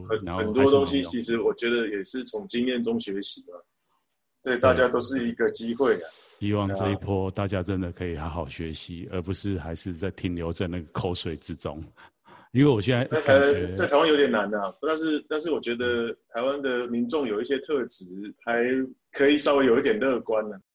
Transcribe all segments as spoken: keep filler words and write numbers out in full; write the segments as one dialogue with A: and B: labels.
A: 书，然后
B: 很多东西其实我觉得也是从经验中学习嘛，对大家都是一个机会啊。
A: 希望这一波大家真的可以好好学习，而不是还是在停留在那个口水之中。因为我现在感觉
B: 在台湾有点难啊，但是但是我觉得台湾的民众有一些特质还可以稍微有一点乐观啊。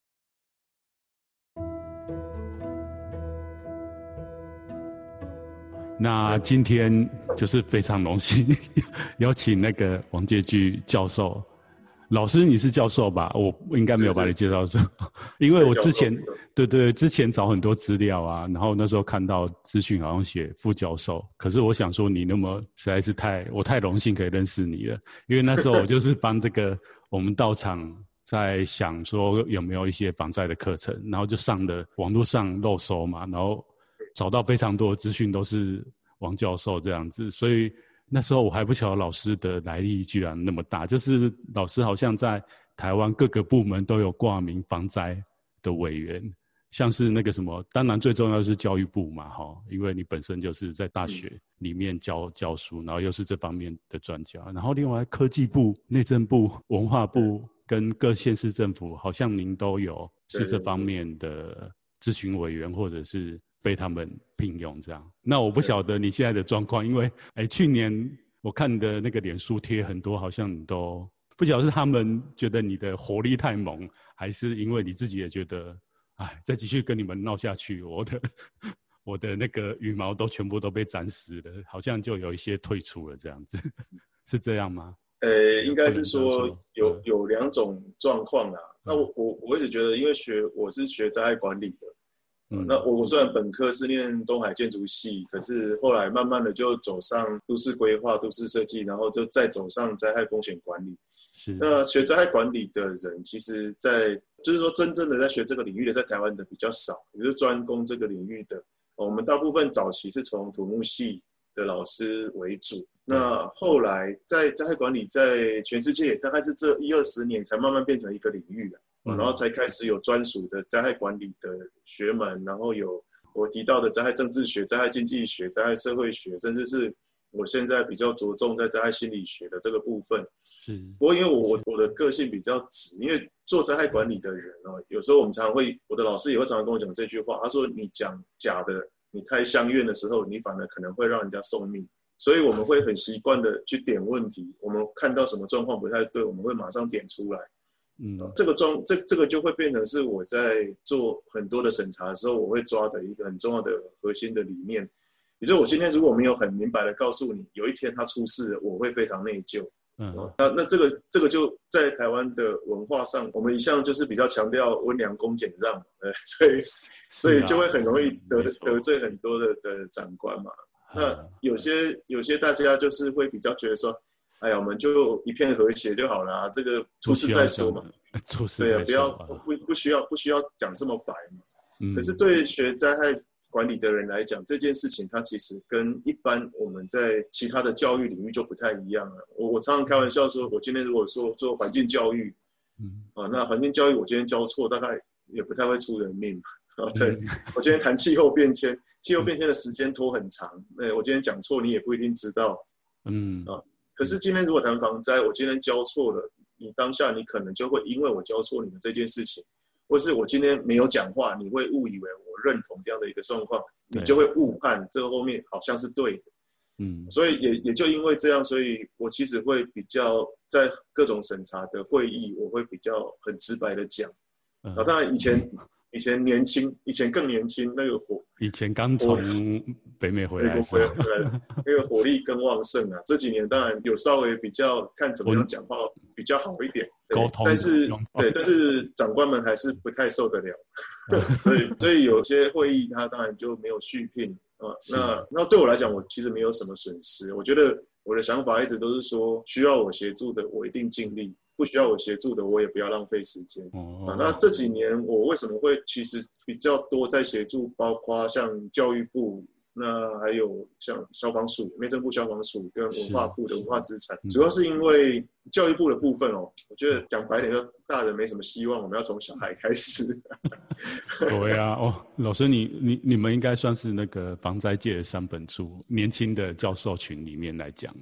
A: 那今天就是非常荣幸邀请那个王介巨教授。老师你是教授吧？我应该没有把你介绍错，因为我之前对对之前找很多资料啊，然后那时候看到资讯好像写副教授，可是我想说你那么实在是太我太荣幸可以认识你了，因为那时候我就是帮这个我们道场在想说有没有一些防灾的课程，然后就上了网络上漏搜嘛，然后找到非常多的资讯都是王教授这样子，所以那时候我还不晓得老师的来历居然那么大，就是老师好像在台湾各个部门都有挂名防灾的委员，像是那个什么，当然最重要的是教育部嘛，因为你本身就是在大学里面教教书，然后又是这方面的专家，然后另外科技部、内政部、文化部跟各县市政府，好像您都有是这方面的咨询委员或者是被他们聘用这样。那我不晓得你现在的状况，因为哎，去年我看你的那个脸书贴很多，好像你都不晓得是他们觉得你的活力太猛，还是因为你自己也觉得，哎，再继续跟你们闹下去，我的我的那个羽毛都全部都被斩死了，好像就有一些退出了这样子，是这样吗？
B: 呃，应该是说有有两种状况啦。那我我我一直觉得，因为学我是学灾害管理的。嗯、那我我虽然本科是念东海建筑系，可是后来慢慢的就走上都市规划、都市设计，然后就再走上灾害风险管理。
A: 是。
B: 那学灾害管理的人，其实在就是说真正的在学这个领域的，在台湾的比较少，也就是专攻这个领域的。我们大部分早期是从土木系的老师为主，那后来在灾害管理在全世界大概是这一二十年才慢慢变成一个领域了。然后才开始有专属的灾害管理的学门，然后有我提到的灾害政治学、灾害经济学、灾害社会学，甚至是我现在比较着重在灾害心理学的这个部分。
A: 是。
B: 不过因为我我的个性比较直，因为做灾害管理的人哦，有时候我们常常会，我的老师也会常常跟我讲这句话，他说你讲假的，你开相怨的时候，你反而可能会让人家送命。所以我们会很习惯的去点问题，我们看到什么状况不太对，我们会马上点出来。嗯，这个状这这个就会变成是我在做很多的审查的时候，我会抓的一个很重要的核心的理念。也就是我今天如果没有很明白的告诉你，有一天他出事了，我会非常内疚。嗯，那那这个这个就在台湾的文化上，我们一向就是比较强调温良恭俭让，呃，所以所以就会很容易得得罪很多的的长官嘛。那有些有些大家就是会比较觉得说，哎呀，我们就一片和谐就好了、啊，这个出事再说嘛。
A: 出事再说。
B: 对，不要不不需要不需要讲这么白嘛。嗯。可是对学灾害管理的人来讲，这件事情它其实跟一般我们在其他的教育领域就不太一样了。我我常常开玩笑说，我今天如果说做环境教育，嗯，啊，那环境教育我今天教错，大概也不太会出人命。啊，对，我今天谈气候变迁，气候变迁的时间拖很长，哎，我今天讲错，你也不一定知道。嗯。啊。可是今天如果谈防灾，我今天教错了，你当下你可能就会因为我教错你的这件事情，或是我今天没有讲话，你会误以为我认同这样的一个状况，你就会误判这个后面好像是对的。嗯，所以也也就因为这样，所以我其实会比较在各种审查的会议，我会比较很直白的讲。啊，当然以前以前年轻，以前更年轻，那个火
A: 以前刚从北美回来的时候，
B: 那个火力更旺盛啊。这几年当然有稍微比较看怎么样讲话比较好一点，
A: 沟通，
B: 但是对，但是长官们还是不太受得了，所以所以有些会议他当然就没有续聘啊。那那对我来讲，我其实没有什么损失。我觉得我的想法一直都是说，需要我协助的，我一定尽力。不需要我协助的，我也不要浪费时间。哦啊、那这几年我为什么会其实比较多在协助，包括像教育部，那还有像消防署、内政部消防署跟文化部的文化资产，主要是因为教育部的部分哦，我觉得讲白点，就大人没什么希望，我们要从小孩开始。
A: 对啊，哦，老师你你你们应该算是那个防灾界的三本柱，年轻的教授群里面来讲啦。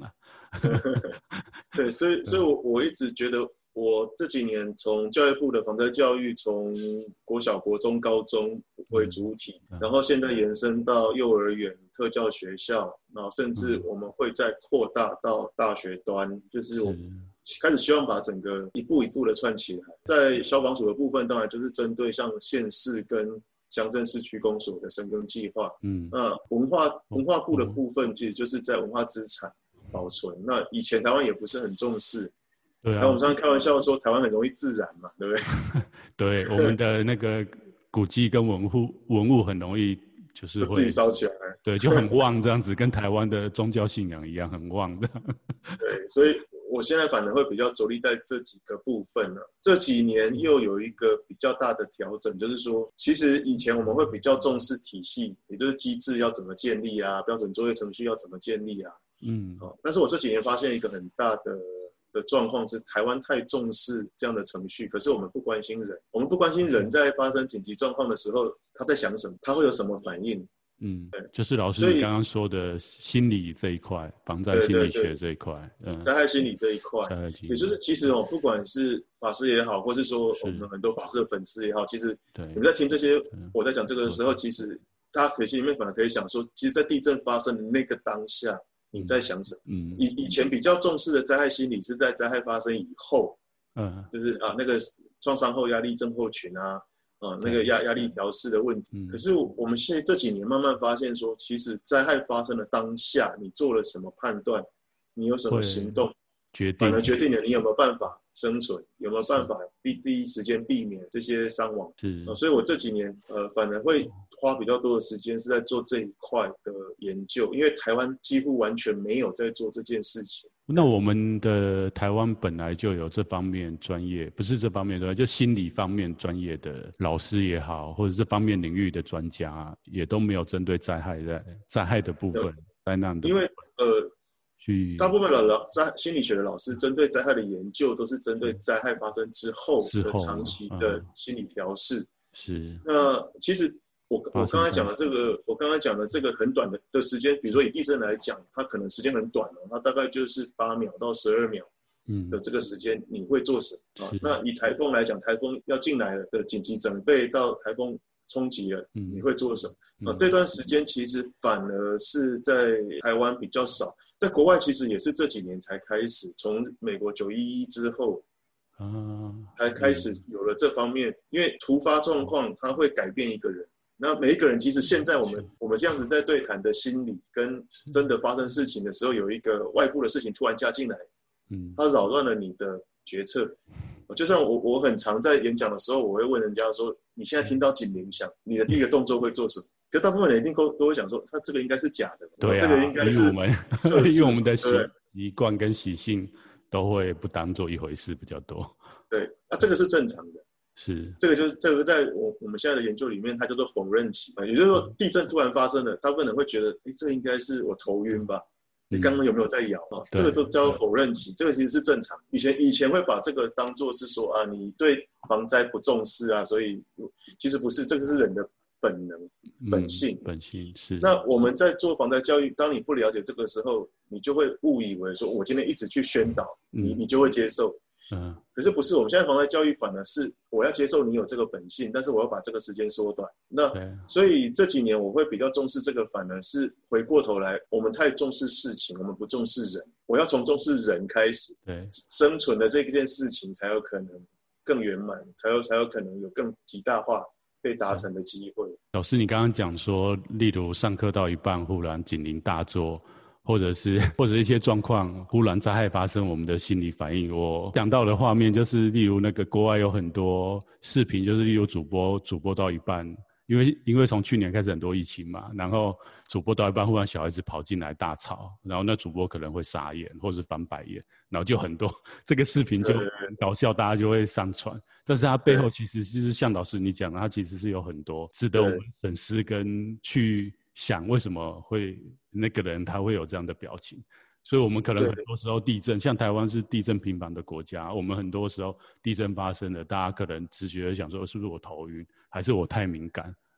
B: 对，所以所以我我一直觉得，我这几年从教育部的防灾教育，从国小、国中、高中为主体，嗯、然后现在延伸到幼儿园、特教学校，然后甚至我们会再扩大到大学端，就是我开始希望把整个一步一步的串起来。在消防署的部分，当然就是针对像县市跟乡镇市区公所的深耕计划。嗯，那文化文化部的部分，其实就是在文化资产保存。那以前台湾也不是很重视。对啊，那我们常常开玩笑说，台湾很容易自燃嘛，对不对？
A: 对，我们的那个古迹跟文物文物很容易就是会
B: 自己烧起来，
A: 对，就很旺这样子，跟台湾的宗教信仰一样，很旺的。
B: 对，所以我现在反而会比较着力在这几个部分了。这几年又有一个比较大的调整，就是说，其实以前我们会比较重视体系，也就是机制要怎么建立啊，标准作业程序要怎么建立啊。嗯，哦，但是我这几年发现一个很大的。的状况是台湾太重视这样的程序，可是我们不关心人，我们不关心人在发生紧急状况的时候他在想什么，他会有什么反应。
A: 嗯，就是老师你刚刚说的心理这一块，防灾心理学这一块，嗯，
B: 灾害心理这一块，也就是其实哦，不管是法师也好，或是说我们很多法师的粉丝也好，其实你们在听这些我在讲这个的时候，其实大家可以心里面反而可以想说，其实在地震发生的那个当下你在想什么？嗯，以以前比较重视的灾害心理是在灾害发生以后，嗯，就是啊那个创伤后压力症候群啊，啊那个压压力调适的问题。嗯、可是我们现在这几年慢慢发现说，其实灾害发生的当下，你做了什么判断，你有什么行动，
A: 决定
B: 反而决定了你有没有办法生存，有没有办法避第一时间避免这些伤亡。是、啊，所以我这几年呃反而会花比较多的时间是在做这一块的研究，因为台湾几乎完全没有在做这件事情。
A: 那我们的台湾本来就有这方面专业，不是这方面的，就心理方面专业的老师也好，或者这方面领域的专家，也都没有针对灾害的灾害的部分、灾难的部分。
B: 因为呃，去大部分的老灾心理学的老师针对灾害的研究，都是针对灾害发生之后的长期的心理调适。是。那其实。我我刚才讲的这个，我刚才讲的这个很短的的时间，比如说以地震来讲，它可能时间很短哦，它大概就是八秒到十二秒的这个时间，你会做什么啊？那以台风来讲，台风要进来了的紧急准备到台风冲击了，你会做什么？啊，这段时间其实反而是在台湾比较少，在国外其实也是这几年才开始，从美国九一一之后。啊，才开始有了这方面，因为突发状况它会改变一个人。那每一个人其实现在我们我们这样子在对谈的心理，跟真的发生事情的时候，有一个外部的事情突然加进来，嗯，它扰乱了你的决策。就像我我很常在演讲的时候，我会问人家说：“你现在听到警铃响，你的第一个动作会做什么？”可大部分人一定都都会想说：“他这个应该是假的。”
A: 对啊，
B: 这个应该是
A: 因为我们因为我们的习习惯跟习性都会不当做一回事比较多。
B: 对，那、啊、这个是正常的。
A: 是，
B: 这个就是这个在我我们现在的研究里面，它叫做否认期啊，也就是说地震突然发生了，大部分人会觉得，哎，这应该是我头晕吧？嗯、你刚刚有没有在摇啊？这个都叫否认期，这个其实是正常。以前以前会把这个当作是说啊，你对防灾不重视啊，所以其实不是，这个是人的本能、本性、
A: 嗯、本性是。
B: 那我们在做防灾教育，当你不了解这个时候，你就会误以为说，我今天一直去宣导，你你就会接受。嗯，可是不是，我们现在防灾教育反而是我要接受你有这个本性，但是我要把这个时间缩短。那所以这几年我会比较重视这个，反而是回过头来，我们太重视事情，我们不重视人。我要从重视人开始，对生存的这件事情才有可能更圆满，才有才有可能有更极大化被达成的机会。
A: 老师，你刚刚讲说，例如上课到一半，忽然警铃大作。或者是或者一些状况忽然灾害发生，我们的心理反应，我想到的画面就是例如那个国外有很多视频，就是例如主播主播到一半，因为因为从去年开始很多疫情嘛，然后主播到一半忽然小孩子跑进来大吵，然后那主播可能会傻眼或是翻白眼，然后就很多这个视频就很搞笑，大家就会上传，但是它背后其实就是像老师你讲的，它其实是有很多值得我们审视跟去想为什么会那个人他会有这样的表情，所以我们可能很多时候地震，像台湾是地震频繁的国家，我们很多时候地震发生了，大家可能直觉想说是不是我头晕，还是我太敏感，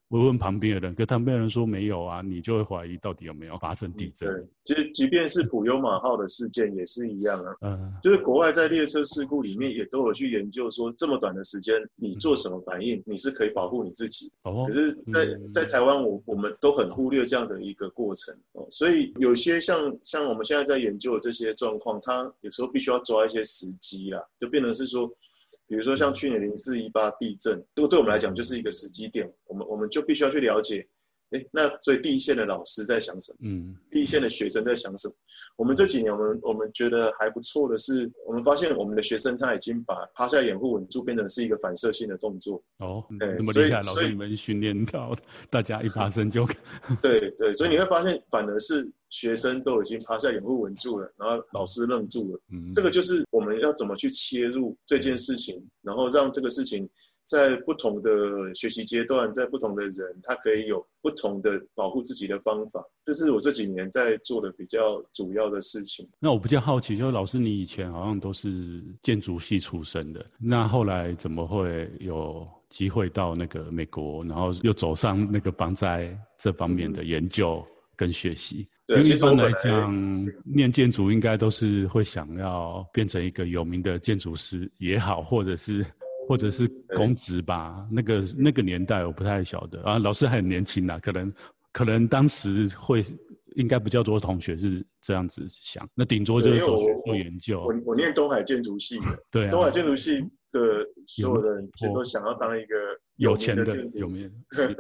A: 问问旁边的人，可旁边的人说没有啊，你就会怀疑到底有没有发生地震。
B: 对，其实即便是普悠玛号的事件也是一样啊，
A: 嗯，
B: 就是国外在列车事故里面也都有去研究说，这么短的时间你做什么反应，你是可以保护你自己。哦，可是在，在、嗯、在台湾我我们都很忽略这样的一个过程，哦，所以有些像像我们现在在研究的这些状况，它有时候必须要抓一些时机啦，就变成是说。比如说像去年零四一八地震，这个对我们来讲就是一个时机点，我们我们就必须要去了解，哎，那所以第一线的老师在想什么？嗯，第一线的学生在想什么？我们这几年我们我们觉得还不错的是，我们发现我们的学生他已经把趴下掩护稳住变成是一个反射性的动作。
A: 哦，那么厉害，老师你们训练到大家一发生就
B: 对对，所以你会发现反而是。学生都已经趴下掩护稳住了，然后老师愣住了。嗯，这个就是我们要怎么去切入这件事情，然后让这个事情在不同的学习阶段，在不同的人，他可以有不同的保护自己的方法。这是我这几年在做的比较主要的事情。
A: 那我比较好奇，就是老师你以前好像都是建筑系出身的，那后来怎么会有机会到那个美国，然后又走上那个防灾这方面的研究跟学习？因为一般来讲，念建筑应该都是会想要变成一个有名的建筑师也好，或者是或者是公职吧。那个那个年代我不太晓得啊，老师还很年轻啦，可能可能当时会应该比较多同学是这样子想，那顶多就是走去做研究。
B: 我 我, 我念东海建筑系的，
A: 对、啊，
B: 东海建筑系的所有人其实都想要当一个
A: 有钱的
B: 建筑
A: 有名。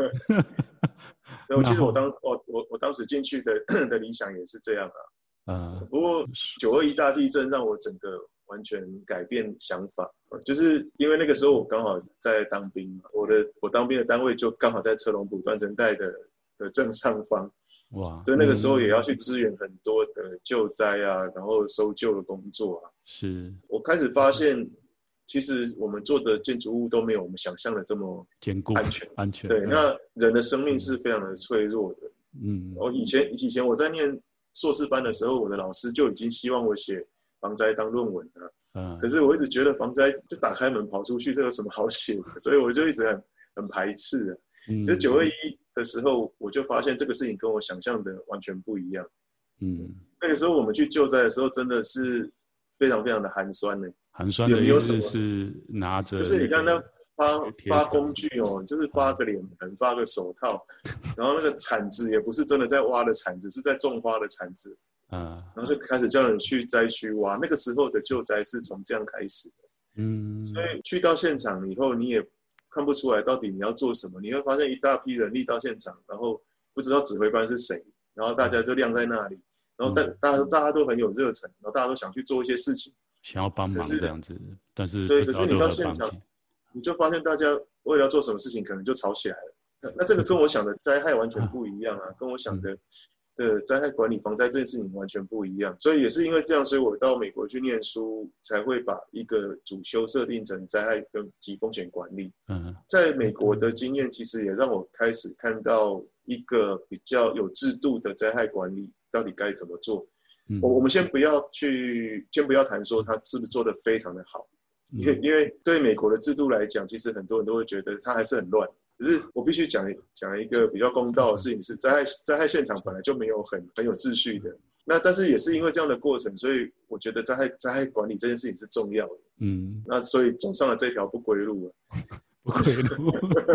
B: 其实我当我我我当时进去的的理想也是这样啊，嗯，不过九二一大地震让我整个完全改变想法，就是因为那个时候我刚好在当兵嘛，我的我当兵的单位就刚好在车龙埔断层带的的正上方，哇，所以那个时候也要去支援很多的救灾啊，然后搜救的工作啊，
A: 是我
B: 开始发现。其实我们做的建筑物都没有我们想象的这么
A: 坚固、
B: 安全。
A: 安全
B: 对，那人的生命是非常的脆弱的。嗯，我以前以前我在念硕士班的时候，我的老师就已经希望我写防灾当论文了。嗯，可是我一直觉得防灾就打开门跑出去，这有什么好写的？所以我就一直很很排斥的。嗯，可是九二一的时候，我就发现这个事情跟我想象的完全不一样。嗯，那个时候我们去救灾的时候，真的是非常非常的寒酸呢。
A: 寒酸的意思是拿着，
B: 就是你看那发发工具哦，就是发个脸盆，发个手套，然后那个铲子也不是真的在挖的铲子，是在种花的铲子，嗯，然后就开始叫人去灾区挖。那个时候的救灾是从这样开始的，嗯，所以去到现场以后，你也看不出来到底你要做什么，你会发现一大批人力到现场，然后不知道指挥官是谁，然后大家就晾在那里，然后大大家大家都很有热忱，然后大家都想去做一些事情。
A: 想要帮忙这样子，但是
B: 对，可是你到现场，你就发现大家为了要做什么事情，可能就吵起来了。那, 那这个跟我想的灾害完全不一样啊，跟我想的的灾害管理、防灾这件事情完全不一样。所以也是因为这样，所以我到美国去念书，才会把一个主修设定成灾害跟及风险管理。嗯，在美国的经验，其实也让我开始看到一个比较有制度的灾害管理到底该怎么做。我我们先不要去，先不要谈说他是不是做得非常的好，因为因为对美国的制度来讲，其实很多人都会觉得他还是很乱。可是我必须讲讲一个比较公道的事情是，灾害灾害现场本来就没有很很有秩序的。那但是也是因为这样的过程，所以我觉得灾害灾害管理这件事情是重要的。嗯，那所以走上了这条不归路了。
A: 不归路。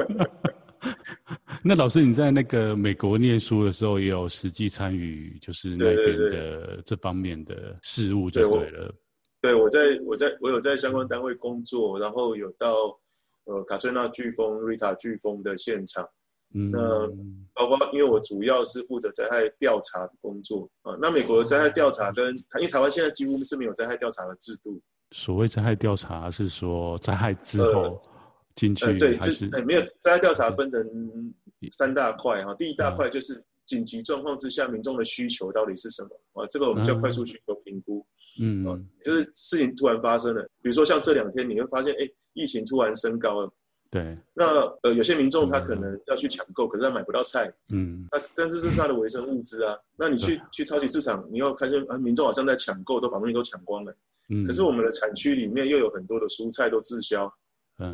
A: 那老师，你在那个美国念书的时候，也有实际参与，就是那边的这方面的事务就对了。
B: 对，我在我在我有在相关单位工作，然后有到呃卡翠娜飓风、瑞塔飓风的现场。嗯，那包括因为我主要是负责灾害调查的工作啊。那美国的灾害调查跟因为台湾现在几乎是没有灾害调查的制度。
A: 所谓灾害调查是说灾害之后进去、呃、
B: 对，
A: 还是、
B: 呃、没有灾害调查分成三大块哈。第一大块就是紧急状况之下民众的需求到底是什么啊？这个我们叫快速需求评估。嗯，啊、就是事情突然发生了，比如说像这两天你会发现，哎，疫情突然升高了。
A: 对。
B: 那呃有些民众他可能要去抢购，可是他买不到菜。嗯。那但是这是他的维生物资啊。那你去去超级市场，你又看见啊民众好像在抢购，都把东西都抢光了。嗯。可是我们的产区里面又有很多的蔬菜都滞销。嗯。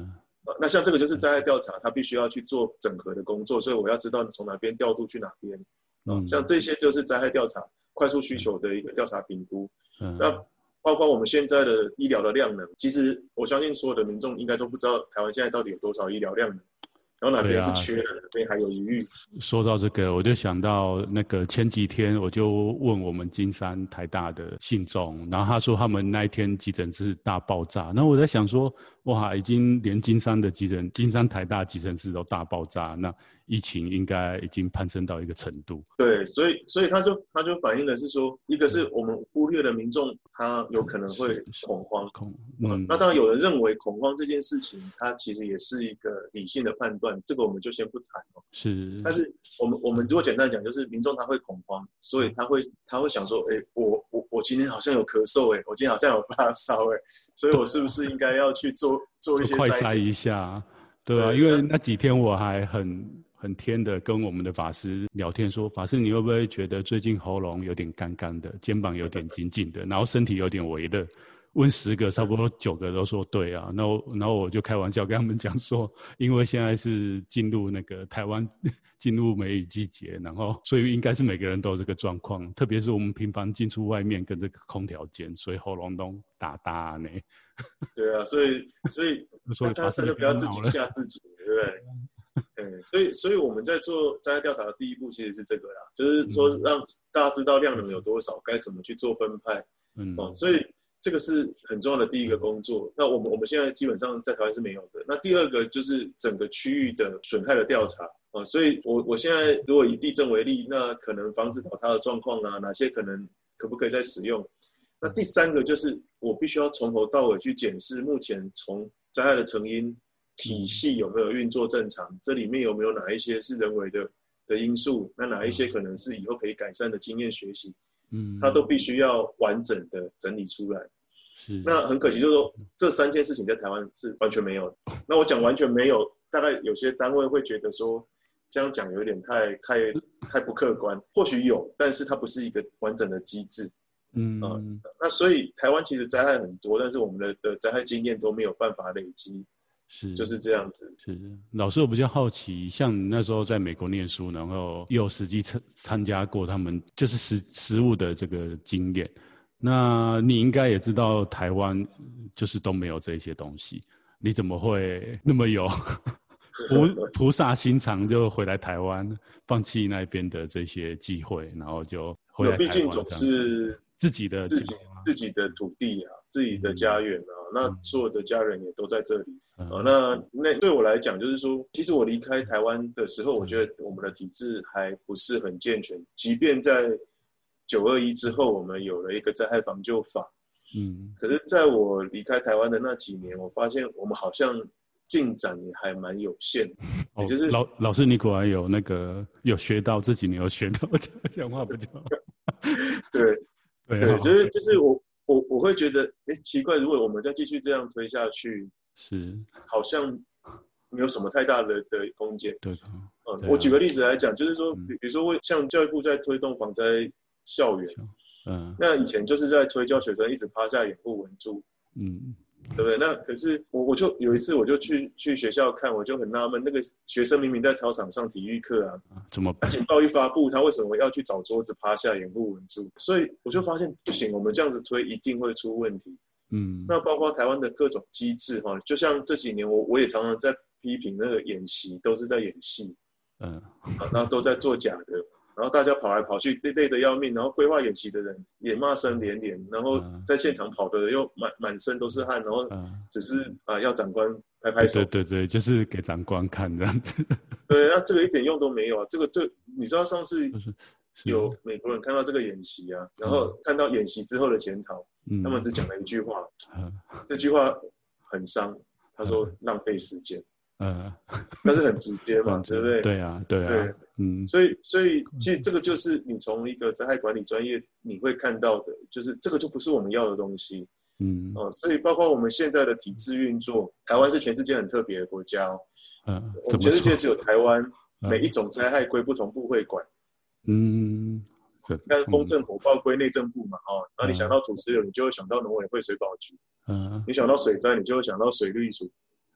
B: 那像这个就是灾害调查，它必须要去做整合的工作，所以我要知道从哪边调度去哪边。嗯，像这些就是灾害调查快速需求的一个调查评估。嗯，那包括我们现在的医疗的量能，其实我相信所有的民众应该都不知道台湾现在到底有多少医疗量能。然后哪边是缺的，哪边还有疑虑。
A: 说到这个，我就想到那个前几天，我就问我们金山台大的信众，然后他说他们那一天急诊室大爆炸。那我在想说，哇，已经连金山的急诊、金山台大急诊室都大爆炸，那疫情应该已经攀升到一个程度。
B: 对，所以所以他就他就反映的是说，一个是我们忽略了民众他有可能会恐慌。恐嗯，那当然有人认为恐慌这件事情，它其实也是一个理性的判断。这个我们就先不谈哦。
A: 是，
B: 但是我们我们如果简单讲，就是民众他会恐慌，所以他会他会想说，哎、欸，我我我今天好像有咳嗽，哎、欸，我今天好像有发烧，哎，所以我是不是应该要去做做一些
A: 快筛一下？对啊，因为那几天我还很很天的跟我们的法师聊天说，法师你会不会觉得最近喉咙有点干干的，肩膀有点紧紧的，然后身体有点微热？问十个，差不多九个都说对啊。然后，然后我就开玩笑跟他们讲说，因为现在是进入那个台湾进入梅雨季节，然后所以应该是每个人都有这个状况，特别是我们频繁进出外面跟这个空调间，所以喉咙都打打呢。
B: 对啊，所以所以那他他就不要自己吓自己，对不对？嗯，所以所以我们在做灾害调查的第一步其实是这个啦，就是说让大家知道量能有多少，该怎么去做分派。嗯，哦，所以。这个是很重要的第一个工作。那我们我们现在基本上在台湾是没有的。那第二个就是整个区域的损害的调查啊。所以我我现在如果以地震为例，那可能房子倒塌的状况啊，哪些可能可不可以再使用？那第三个就是我必须要从头到尾去检视目前从灾害的成因体系有没有运作正常，这里面有没有哪一些是人为的的因素，那哪一些可能是以后可以改善的经验学习。嗯，它都必须要完整的整理出来。是，那很可惜，就是说这三件事情在台湾是完全没有的。那我讲完全没有，大概有些单位会觉得说这样讲有点太太太不客观。或许有，但是它不是一个完整的机制。嗯、呃，那所以台湾其实灾害很多，但是我们的的灾害经验都没有办法累积。是，就是这样子。
A: 是，老师，我比较好奇，像你那时候在美国念书，然后又有实际参参加过他们就是实实务的这个经验，那你应该也知道台湾就是都没有这些东西，你怎么会那么有菩菩萨心肠，就回来台湾，放弃那边的这些机会，然后就回来台湾？
B: 毕竟总是
A: 自己的
B: 自己自己的土地啊，自己的家园啊。那所有的家人也都在这里、嗯啊、那那对我来讲就是说，其实我离开台湾的时候，我觉得我们的体制还不是很健全，即便在九二一之后我们有了一个灾害防救法，嗯，可是在我离开台湾的那几年，我发现我们好像进展也还蛮有限的、
A: 哦、就是老老师你果然有那个有学到，这几年有学到讲话不就
B: 对对, 对就是就是我我我会觉得，哎，奇怪，如果我们再继续这样推下去，是好像没有什么太大的的空间。对，嗯，我举个例子来讲，就是说，比比如说，像教育部在推动防灾校园，嗯，那以前就是在推教学生一直趴下掩护文住，嗯。对不对？那可是我我就有一次我就去去学校看，我就很纳闷，那个学生明明在操场上体育课啊，
A: 怎么
B: 警报一发布，他为什么要去找桌子趴下掩护稳住？所以我就发现不行，我们这样子推一定会出问题。嗯，那包括台湾的各种机制哈，就像这几年我我也常常在批评那个演习都是在演戏，嗯，啊，那都在做假的。然后大家跑来跑去，累累得要命，然后规划演习的人也骂声连连，然后在现场跑的人又满满身都是汗，然后只是啊、呃、要长官拍拍手，
A: 对对对，就是给长官看这样子。
B: 对，那这个一点用都没有啊！这个对，你知道上次有美国人看到这个演习啊，然后看到演习之后的检讨，嗯、他们只讲了一句话，嗯、这句话很伤，他说浪费时间。嗯，但是很直接嘛，对不对？
A: 对啊，对啊，对，
B: 嗯，所以，所以其实这个就是你从一个灾害管理专业你会看到的，就是这个就不是我们要的东西，嗯，哦，所以包括我们现在的体制运作，台湾是全世界很特别的国家哦，嗯，我们全世界只有台湾每一种灾害归不同部会管，嗯，但风震火爆归内政部嘛，哦，然后你想到土石流，你就会想到农委会水保局，嗯，你想到水灾，你就会想到水利署。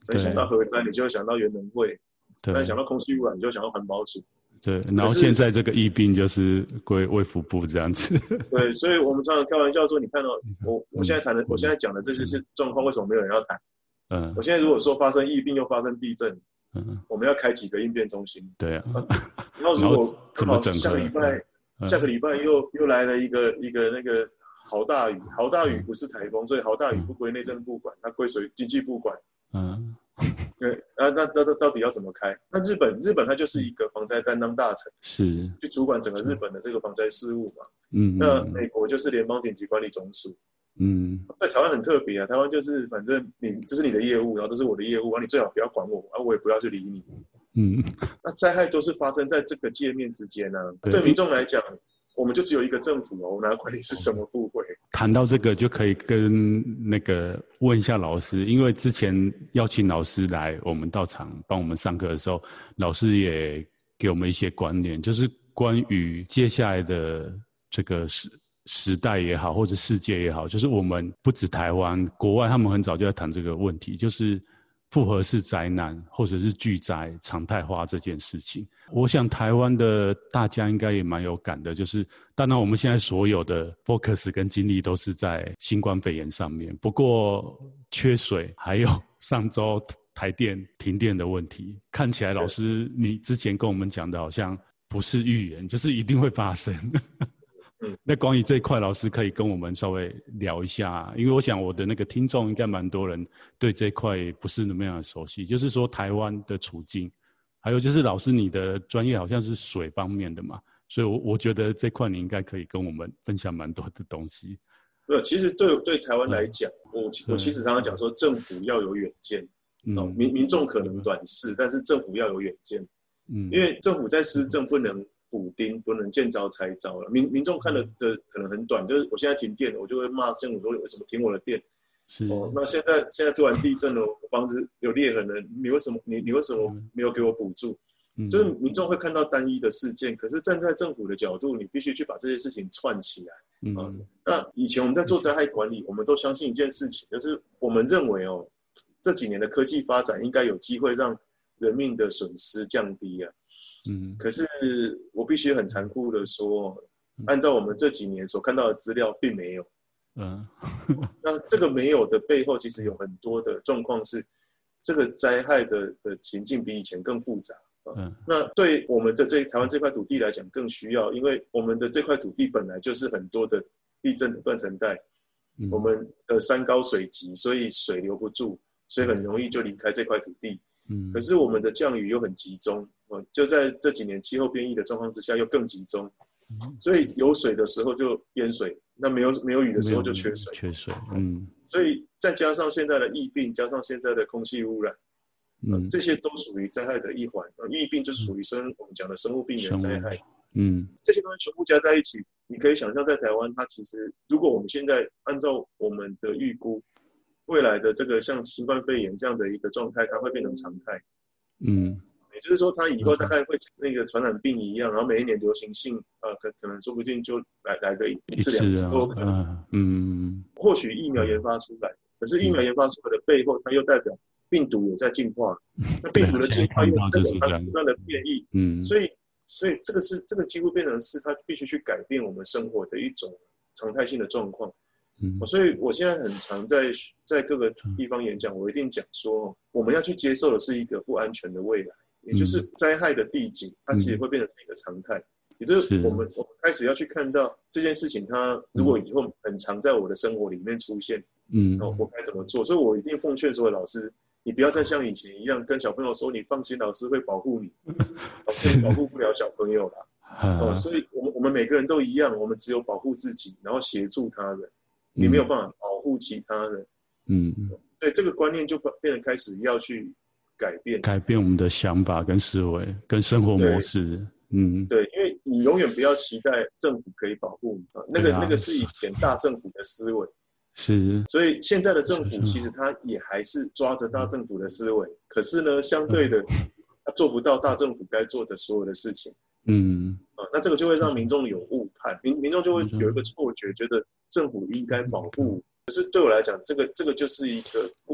B: 那想到核灾，你就会想到原能会；那想到空气污染，你就想到环保署。
A: 对，然后现在这个疫病就是归卫福部这样子。
B: 对，所以我们常常开玩笑说，你看到、哦、我我现在谈的、嗯，我现在讲的这些是状况，为什么没有人要谈？嗯，我现在如果说发生疫病又发生地震，嗯，我们要开几个应变中心？对啊。然后如果刚好下个礼拜、嗯、下个礼拜又又来了一个一个那个豪大雨，豪大雨不是台风，所以豪大雨不归内政部管，它归水经济部管。嗯。对，啊，那那到底要怎么开？那日本日本它就是一个防灾担当大臣，是去主管整个日本的这个防灾事务嘛。嗯，那美国就是联邦紧急管理总署。嗯，在台湾很特别啊，台湾就是反正你这是你的业务，然后这是我的业务，啊，你最好不要管我，啊，我也不要去理你。嗯，那灾害都是发生在这个界面之间呢、啊。对民众来讲，我们就只有一个政府哦，我哪管你是什么部会？
A: 谈到这个就可以跟那个问一下老师，因为之前邀请老师来我们到场帮我们上课的时候，老师也给我们一些观念，就是关于接下来的这个时时代也好，或者世界也好，就是我们不止台湾，国外他们很早就在谈这个问题，就是复合式灾难或者是巨灾常态化这件事情。我想台湾的大家应该也蛮有感的，就是当然我们现在所有的 focus 跟精力都是在新冠肺炎上面，不过缺水还有上周台电停电的问题，看起来老师你之前跟我们讲的好像不是预言，就是一定会发生。那关于这一块，老师可以跟我们稍微聊一下，因为我想我的那个听众应该蛮多人对这一块不是那么样的熟悉，就是说台湾的处境，还有就是老师你的专业好像是水方面的嘛，所以我我觉得这块你应该可以跟我们分享蛮多的东西。
B: 没有，其实对对台湾来讲，嗯、我我其实常常讲说，政府要有远见，嗯哦、民民众可能短视，但是政府要有远见，嗯，因为政府在施政不能补丁，不能见招拆招了。民民众看的的可能很短，就是我现在停电了，我就会骂政府说为什么停我的电？是哦，那现在现在突然地震了，我房子有裂痕了，你为什么你你为什么没有给我补助？嗯、就是民众会看到单一的事件，可是站在政府的角度，你必须去把这些事情串起来。嗯、啊，那以前我们在做灾害管理，我们都相信一件事情，就是我们认为哦，这几年的科技发展应该有机会让人命的损失降低啊。嗯，可是我必须很残酷的说，按照我们这几年所看到的资料，并没有。嗯，那这个没有的背后，其实有很多的状况是，这个灾害的的情境比以前更复杂。嗯，那对我们的这台湾这块土地来讲，更需要，因为我们的这块土地本来就是很多的地震的断层带，嗯、我们的山高水急，所以水留不住，所以很容易就离开这块土地。嗯，可是我们的降雨又很集中。就在这几年气候变异的状况之下，又更集中，所以有水的时候就淹水，那没有没有雨的时候就缺水。缺水，嗯。所以再加上现在的疫病，加上现在的空气污染，嗯，这些都属于灾害的一环。疫病就属于生、嗯、我们讲的生物病原灾害，嗯，这些东西全部加在一起，你可以想象，在台湾，它其实如果我们现在按照我们的预估，未来的这个像新冠肺炎这样的一个状态，它会变成常态，嗯。也就是说，它以后大概会那个传染病一样，然后每一年流行性，呃，可可能说不定就来来个一次两次都可能。嗯，或许疫苗研发出来，可是疫苗研发出来的背后，它又代表病毒也在进化，那病毒的进化又代表它不断的变异。嗯，所以所以这个是这个几乎变成是它必须去改变我们生活的一种常态性的状况。嗯，所以我现在很常在在各个地方演讲，我一定讲说，我们要去接受的是一个不安全的未来。也就是灾害的递进，它其实会变成一个常态。也就是我们我们开始要去看到这件事情，它如果以后很常在我的生活里面出现，嗯，我该怎么做？所以我一定奉劝所有老师，你不要再像以前一样跟小朋友说，你放心，老师会保护你，老师保护不了小朋友啦。哦，所以我们我们每个人都一样，我们只有保护自己，然后协助他人，你没有办法保护其他人。嗯，所以这个观念就变成开始要去改变，
A: 改变我们的想法跟思维跟生活模式。嗯，
B: 对，因为你永远不要期待政府可以保护你，那个、啊、那个是以前大政府的思维。
A: 是，
B: 所以现在的政府其实他也还是抓着大政府的思维，嗯、可是呢，相对的，他做不到大政府该做的所有的事情。嗯，啊，那这个就会让民众有误判，民民众就会有一个错觉，觉得政府应该保护。可是对我来讲，这个这个就是一个不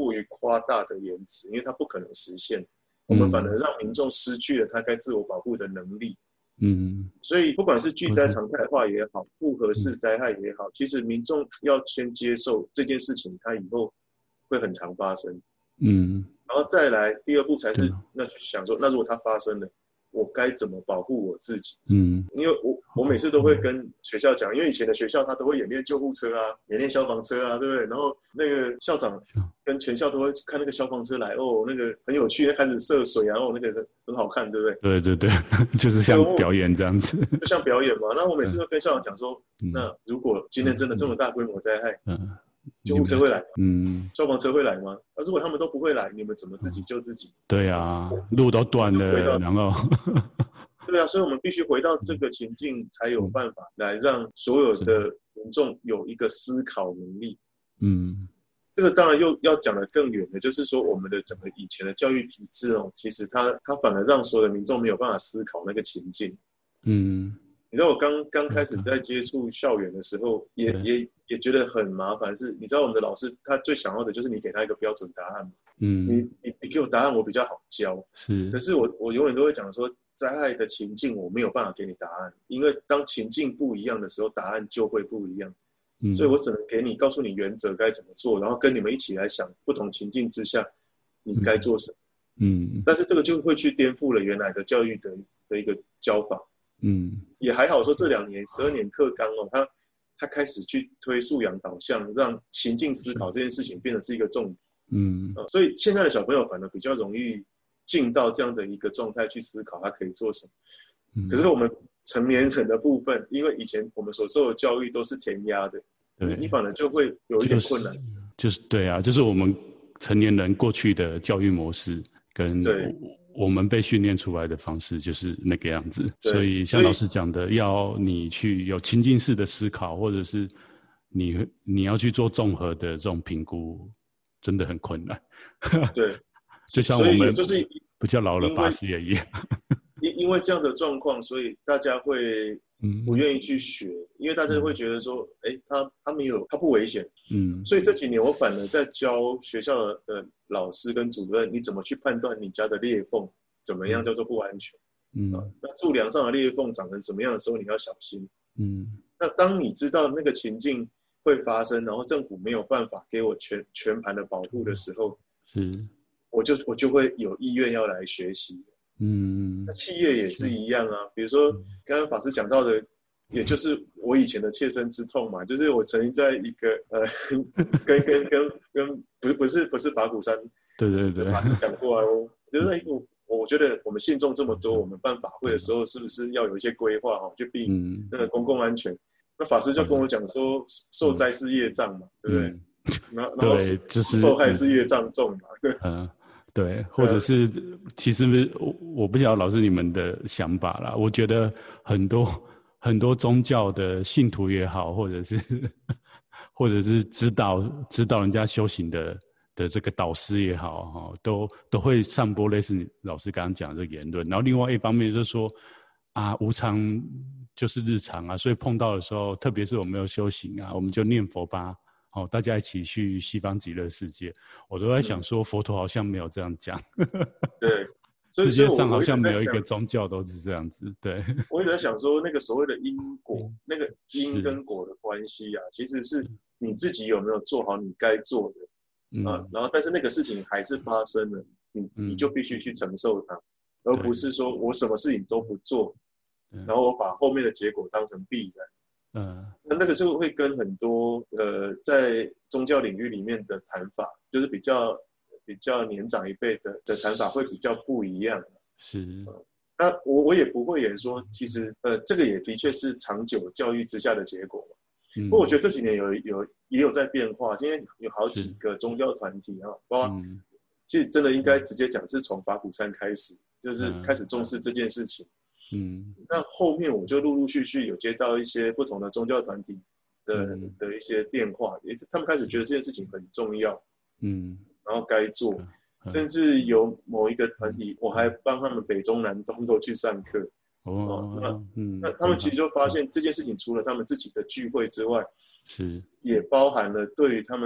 B: 过于夸大的言辞，因为它不可能实现，我们反而让民众失去了他该自我保护的能力。嗯，所以不管是巨灾常态化也好，复合式灾害也好，其实民众要先接受这件事情，它以后会很常发生。嗯，然后再来第二步才是，那就想说，那如果它发生了，我该怎么保护我自己？嗯，因为我我每次都会跟学校讲，因为以前的学校他都会演练救护车啊，演练消防车啊，对不对？然后那个校长跟全校都会看那个消防车来，哦，那个很有趣，开始射水啊，然后那个很好看，对不对？
A: 对对对，就是像表演这样子，
B: 就像表演嘛。那我每次都跟校长讲说，嗯、那如果今天真的这么大规模灾害，嗯。救护车会来，嗯，消防车会来吗？啊，如果他们都不会来，你们怎么自己救自己？
A: 对啊，路都断了，然后，
B: 对啊，所以我们必须回到这个情境，才有办法来让所有的民众有一个思考能力。嗯，这个当然又要讲得更远的，就是说我们的整个以前的教育体制哦，其实它它反而让所有的民众没有办法思考那个情境。嗯。你知道我刚刚开始在接触校园的时候，也也也觉得很麻烦。是，你知道我们的老师他最想要的就是你给他一个标准答案，嗯，你你你给我答案，我比较好教。是，可是我我永远都会讲说，灾害的情境我没有办法给你答案，因为当情境不一样的时候，答案就会不一样。嗯，所以我只能给你告诉你原则该怎么做，然后跟你们一起来想不同情境之下你该做什么。嗯，但是这个就会去颠覆了原来的教育的的一个教法。嗯，也还好说这两年十二年课纲哦，他他开始去推素养导向，让情境思考这件事情变得是一个重点。嗯、呃，所以现在的小朋友反而比较容易进到这样的一个状态去思考他可以做什么。嗯、可是我们成年人的部分，因为以前我们所受的教育都是填鸭的，你你反而就会有一点困难。
A: 就是、就是、对啊，就是我们成年人过去的教育模式跟对。我们被训练出来的方式就是那个样子，所以像老师讲的，要你去有情境式的思考，或者是你你要去做综合的这种评估，真的很困难。
B: 对，
A: 就像我们就是比较老了八十也一样。
B: 因因为这样的状况，所以大家会不愿意去学，嗯、因为大家会觉得说，哎、嗯，他他没有，他不危险。嗯，所以这几年我反而在教学校的老师跟主任，你怎么去判断你家的裂缝怎么样叫做不安全？嗯，啊、那柱梁上的裂缝长成什么样的时候，你要小心。嗯，那当你知道那个情境会发生，然后政府没有办法给我全全盘的保护的时候，是，我就我就会有意愿要来学习。嗯，那企业也是一样啊。比如说刚刚法师讲到的，也就是我以前的切身之痛嘛，就是我曾经在一个呃，跟跟跟跟不是不是不是法鼓山，
A: 对对对，
B: 法师讲过来哦，就是我我觉得我们信众这么多，我们办法会的时候是不是要有一些规划哈，就避那个公共安全。那法师就跟我讲说，受灾是业障嘛，对不对？然后然后受害是业障重嘛，对。
A: 嗯，对，或者是其实我我不晓得老师你们的想法啦。我觉得很多很多宗教的信徒也好，或者是或者是指导指导人家修行的的这个导师也好，都都会散播类似老师刚刚讲的这个言论。然后另外一方面就是说啊，无常就是日常啊，所以碰到的时候，特别是我们有修行啊，我们就念佛吧。好、哦，大家一起去西方极乐世界。我都在想说，佛陀好像没有这样讲。
B: 对，
A: 世界上好像没有一个宗教都是这样子。对，
B: 我一直在想说，那个所谓的因果，那个因跟果的关系啊，其实是你自己有没有做好你该做的、嗯、啊，然后但是那个事情还是发生了，你你就必须去承受它，而不是说我什么事情都不做，然后我把后面的结果当成必然。嗯，那那个就会跟很多呃在宗教领域里面的谈法，就是比较比较年长一辈的的谈法会比较不一样。
A: 是，
B: 呃、那我我也不会言说，其实呃这个也的确是长久教育之下的结果嘛。嗯、不过我觉得这几年有有也有在变化，今天有好几个宗教团体啊，包括、嗯、其实真的应该直接讲是从法鼓山开始，就是开始重视这件事情。嗯，那后面我就陆陆续续有接到一些不同的宗教团体的、嗯、的一些电话，也他们开始觉得这件事情很重要，嗯，然后该做，嗯、甚至有某一个团体，我还帮他们北中南东都去上课，哦，哦那嗯，那他们其实就发现这件事情除了他们自己的聚会之外，是也包含了对于他们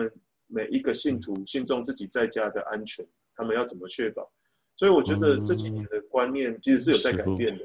B: 每一个信徒信众自己在家的安全，他们要怎么确保？所以我觉得这几年的观念其实是有在改变的。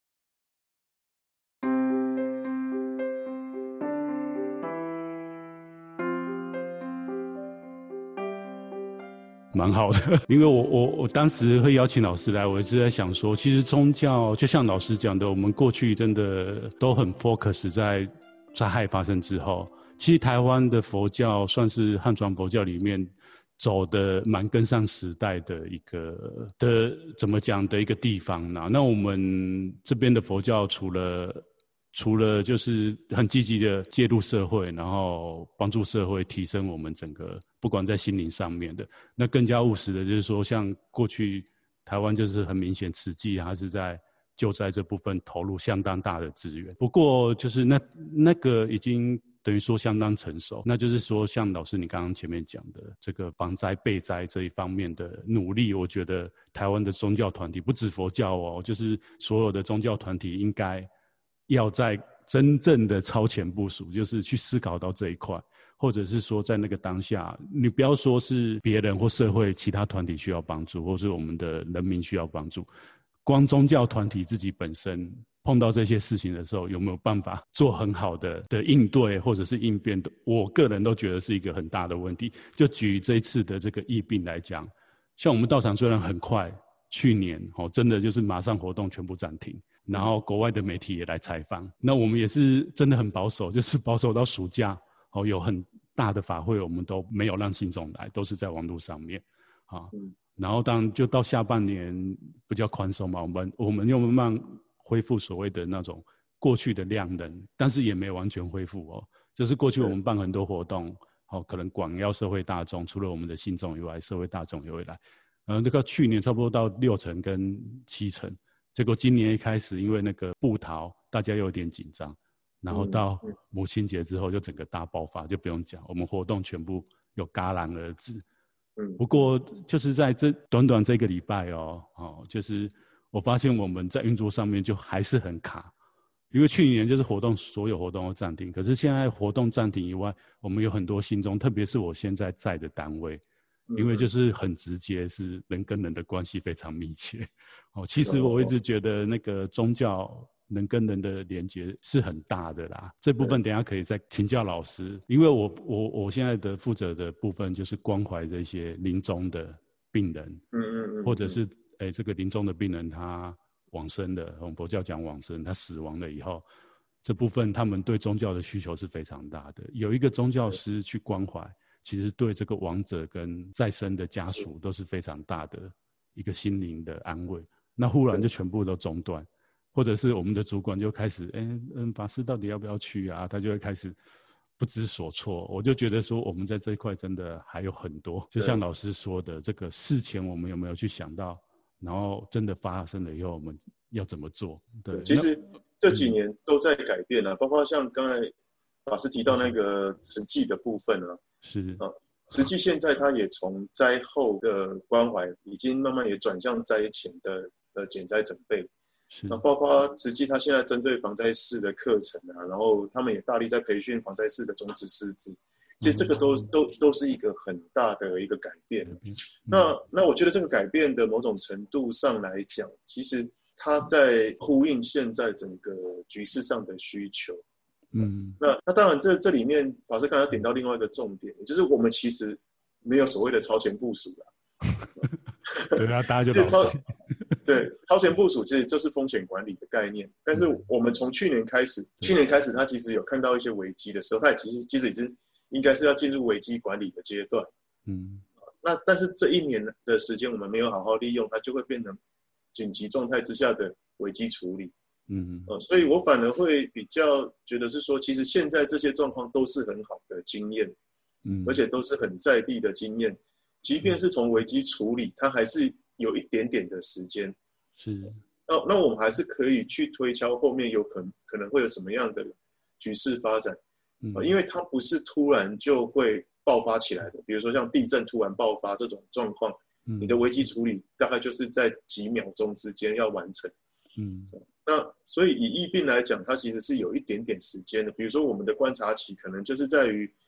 A: 蛮好的，因为我我我当时会邀请老师来，我一直在想说，其实宗教就像老师讲的，我们过去真的都很 focus 在灾害发生之后。其实台湾的佛教算是汉传佛教里面走的蛮跟上时代的一个的怎么讲的一个地方呢？那我们这边的佛教除了除了就是很积极的介入社会，然后帮助社会提升我们整个不管在心灵上面的，那更加务实的就是说，像过去台湾就是很明显慈济它是在救灾这部分投入相当大的资源，不过就是那那个已经等于说相当成熟，那就是说像老师你刚刚前面讲的这个防灾备灾这一方面的努力，我觉得台湾的宗教团体不止佛教哦，就是所有的宗教团体应该要在真正的超前部署，就是去思考到这一块，或者是说在那个当下，你不要说是别人或社会其他团体需要帮助，或是我们的人民需要帮助，光宗教团体自己本身碰到这些事情的时候，有没有办法做很好的的应对或者是应变的，我个人都觉得是一个很大的问题。就举这一次的这个疫病来讲，像我们道场虽然很快，去年哦真的就是马上活动全部暂停，然后国外的媒体也来采访，那我们也是真的很保守，就是保守到暑假哦有很大的法会我们都没有让信众来，都是在网络上面啊。然后当然就到下半年比较宽松嘛，我们我们又慢慢恢复所谓的那种过去的量能，但是也没有完全恢复哦。就是过去我们办很多活动，哦，可能广邀社会大众，除了我们的信众以外，社会大众也会来。呃，这个去年差不多到六成跟七成，结果今年一开始因为那个布逃，大家又有点紧张，然后到母亲节之后就整个大爆发，就不用讲，我们活动全部又戛然而止。不过就是在这短短这个礼拜哦，哦，就是我发现我们在运作上面就还是很卡，因为去年就是活动所有活动都暂停，可是现在活动暂停以外，我们有很多信众，特别是我现在在的单位，因为就是很直接，是人跟人的关系非常密切。哦，其实我一直觉得那个宗教人跟人的连结是很大的啦，这部分等一下可以再请教老师，因为我我我现在的负责的部分就是关怀这些临终的病人，嗯嗯嗯，或者是诶这个临终的病人他往生的，我们佛教讲往生，他死亡了以后，这部分他们对宗教的需求是非常大的，有一个宗教师去关怀，其实对这个亡者跟在生的家属都是非常大的一个心灵的安慰。那忽然就全部都中断，或者是我们的主管就开始，哎，嗯，法师到底要不要去啊？他就会开始不知所措。我就觉得说，我们在这一块真的还有很多，就像老师说的，这个事前我们有没有去想到，然后真的发生了以后，我们要怎么做？对，
B: 其实这几年都在改变啊，包括像刚才法师提到那个慈济的部分啊，
A: 是啊。
B: 慈济现在它也从灾后的关怀，已经慢慢也转向灾前的的减灾准备。那包括慈济它现在针对防灾士的课程啊，然后他们也大力在培训防灾士的种子师资，其实这个都都都是一个很大的一个改变。那那我觉得这个改变的某种程度上来讲，其实它在呼应现在整个局势上的需求。嗯，那那当然这这里面法师刚才点到另外一个重点，就是我们其实没有所谓的超前部署啦。
A: 对啊，大家就
B: 超对超前部署其实就是风险管理的概念，但是我们从去年开始，去年开始他其实有看到一些危机的时候，他也其实其实已经应该是要进入危机管理的阶段。嗯，那但是这一年的时间我们没有好好利用，它就会变成紧急状态之下的危机处理。嗯，呃，所以我反而会比较觉得是说，其实现在这些状况都是很好的经验，嗯，而且都是很在地的经验，即便是从危机处理，它还是有一点点的时间，是，那那我们还是可以去推敲后面有可能可能会有什么样的局势发展，嗯，呃，因为它不是突然就会爆发起来的，比如说像地震突然爆发这种状况，嗯，你的危机处理大概就是在几秒钟之间要完成，嗯。那所以以疫病来讲，它其实是有一点点时间的。比如说我们的观察期可能就是在于，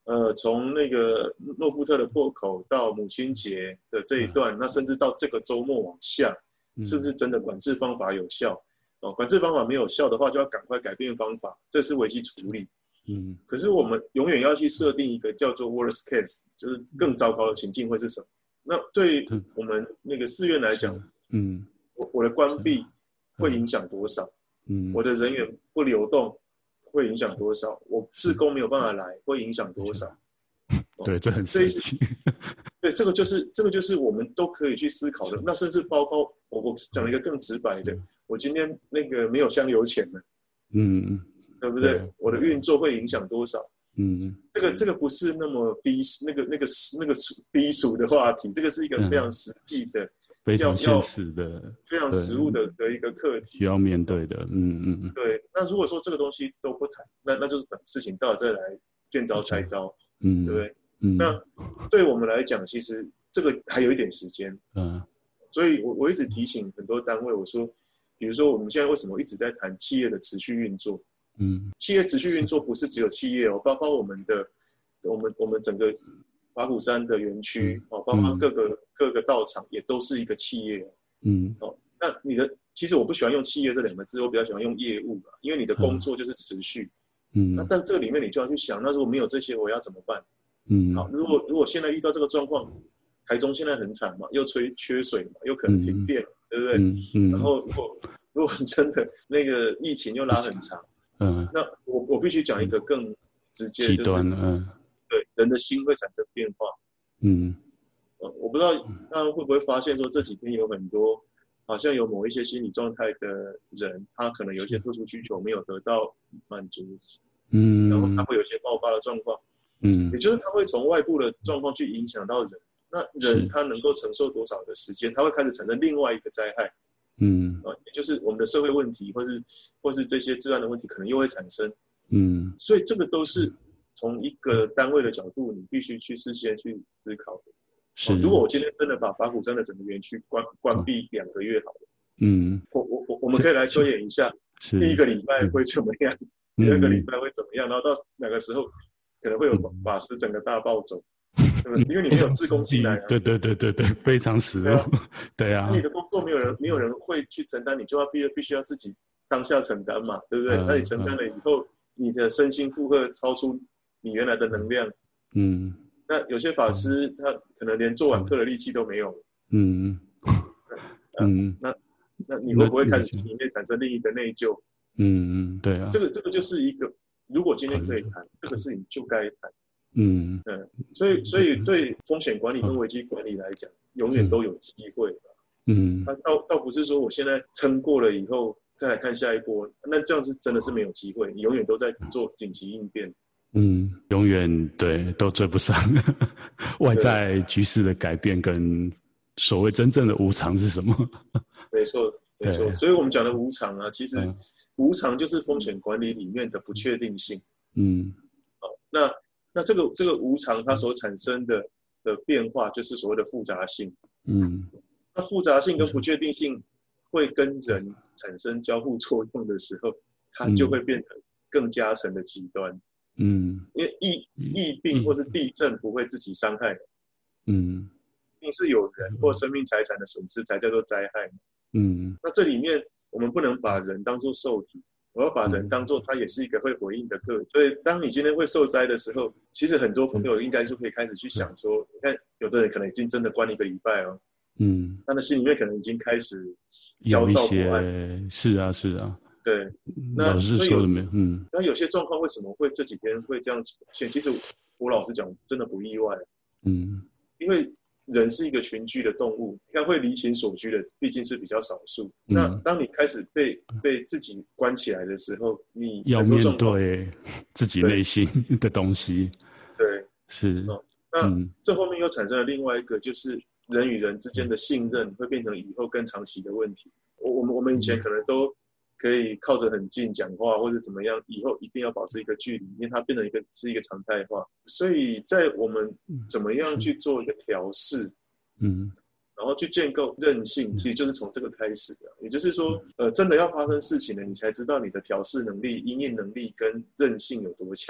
B: 呃，从那个诺富特的破口到母亲节的这一段，嗯、那甚至到这个周末往下，是不是真的管制方法有效？哦，管制方法没有效的话，就要赶快改变方法，这是危机处理。嗯，可是我们永远要去设定一个叫做 worst case， 就是更糟糕的情境会是什么？那对我们那个寺院来讲，嗯，我我的关闭会影响多少？嗯，我的人员不流动会影响多少？我志工没有办法来会影响多少？
A: 哦、对，这很实际。
B: 对，这个就是这个就是我们都可以去思考的。那甚至包括我我讲了一个更直白的，我今天那个没有香油钱了，嗯，对不对？对，我的运作会影响多少？嗯，这个这个不是那么低那个那个那个低俗的话题，这个是一个非常实际的、嗯、
A: 非常现实的、
B: 非常实务的的一个课题，
A: 需要面对的。嗯嗯嗯。
B: 对，那如果说这个东西都不谈，那那就是等事情到了再来见招拆招，嗯，对不对？嗯，那对我们来讲，其实这个还有一点时间，嗯，所以我我一直提醒很多单位，我说，比如说我们现在为什么一直在谈企业的持续运作？嗯，企业持续运作不是只有企业哦，包括我们的，我们我们整个法鼓山的园区哦，包括各个、嗯、各个道场也都是一个企业，嗯，哦，那你的其实我不喜欢用企业这两个字，我比较喜欢用业务吧，因为你的工作就是持续，嗯，那但这个里面你就要去想，那如果没有这些，我要怎么办？嗯，好，如果如果现在遇到这个状况，台中现在很惨嘛，又缺缺水嘛，又可能停电，嗯、对不对？嗯嗯、然后如果如果真的那个疫情又拉很长。嗯，那我我必须讲一个更直接，就是极端，嗯，对，人的心会产生变化，嗯，呃，我不知道大家会不会发现说这几天有很多好像有某一些心理状态的人，他可能有一些特殊需求没有得到满足，嗯，然后他会有一些爆发的状况，嗯，也就是他会从外部的状况去影响到人，那人他能够承受多少的时间，他会开始产生另外一个灾害。嗯，啊，也就是我们的社会问题，或是或是这些治安的问题，可能又会产生。嗯，所以这个都是从一个单位的角度，你必须去事先去思考的。是，如果我今天真的把法鼓山的整个园区关关闭两个月好了，嗯，我我我我们可以来推演一下，第一个礼拜会怎么样，第二个礼拜会怎么样，然后到哪个时候可能会有法师整个大暴走。对，因为你没有志工进来、啊，
A: 对对对对对，非常实务，对啊。
B: 那你的工作没有人，没有人会去承担，你就要必必须要自己当下承担嘛，对不对？嗯、那你承担了以后，嗯、你的身心负荷超出你原来的能量，嗯。那有些法师、嗯、他可能连做完课的力气都没有，嗯嗯。那那你会不会开始里面产生另一个内疚？
A: 嗯嗯，对啊。
B: 这个这个就是一个，如果今天可以谈这个事情，就该谈。嗯嗯，所以所以对风险管理跟危机管理来讲，永远都有机会。嗯，他倒倒不是说我现在撑过了以后再来看下一波，那这样是真的是没有机会，你永远都在做紧急应变。
A: 嗯，永远对都追不上外在局势的改变跟所谓真正的无常是什么？
B: 没错没错，所以我们讲的无常啊，其实无常就是风险管理里面的不确定性。嗯，好，那。那这个这个无常它所产生的的变化，就是所谓的复杂性。嗯，那复杂性跟不确定性会跟人产生交互作用的时候，它就会变得更加成的极端。嗯，因为疫疫病或是地震不会自己伤害人，嗯，一定是有人或生命财产的损失才叫做灾害。嗯，那这里面我们不能把人当作受体。我要把人当作他也是一个会回应的个体，所以当你今天会受灾的时候，其实很多朋友应该就可以开始去想说，你看有的人可能已经真的关一个礼拜哦，嗯，他的心里面可能已经开始焦躁不安。
A: 是啊是啊，
B: 对，
A: 那老师说的没有，嗯，
B: 那有些状况为什么会这几天会这样出现？其实我老实讲，真的不意外，嗯，因为人是一个群居的动物，应该会离群索居的毕竟是比较少数。嗯、那当你开始被被自己关起来的时候，你
A: 要面对自己内心的东西。
B: 对，
A: 是。
B: 哦、那、嗯、这后面又产生了另外一个，就是人与人之间的信任会变成以后更长期的问题。我我们我们以前可能都可以靠着很近讲话，或者怎么样，以后一定要保持一个距离，因为它变成一个是一个常态化。所以在我们怎么样去做一个调试，嗯，然后去建构韧性，其实就是从这个开始的。也就是说，呃，真的要发生事情了，你才知道你的调试能力、因应能力跟韧性有多强。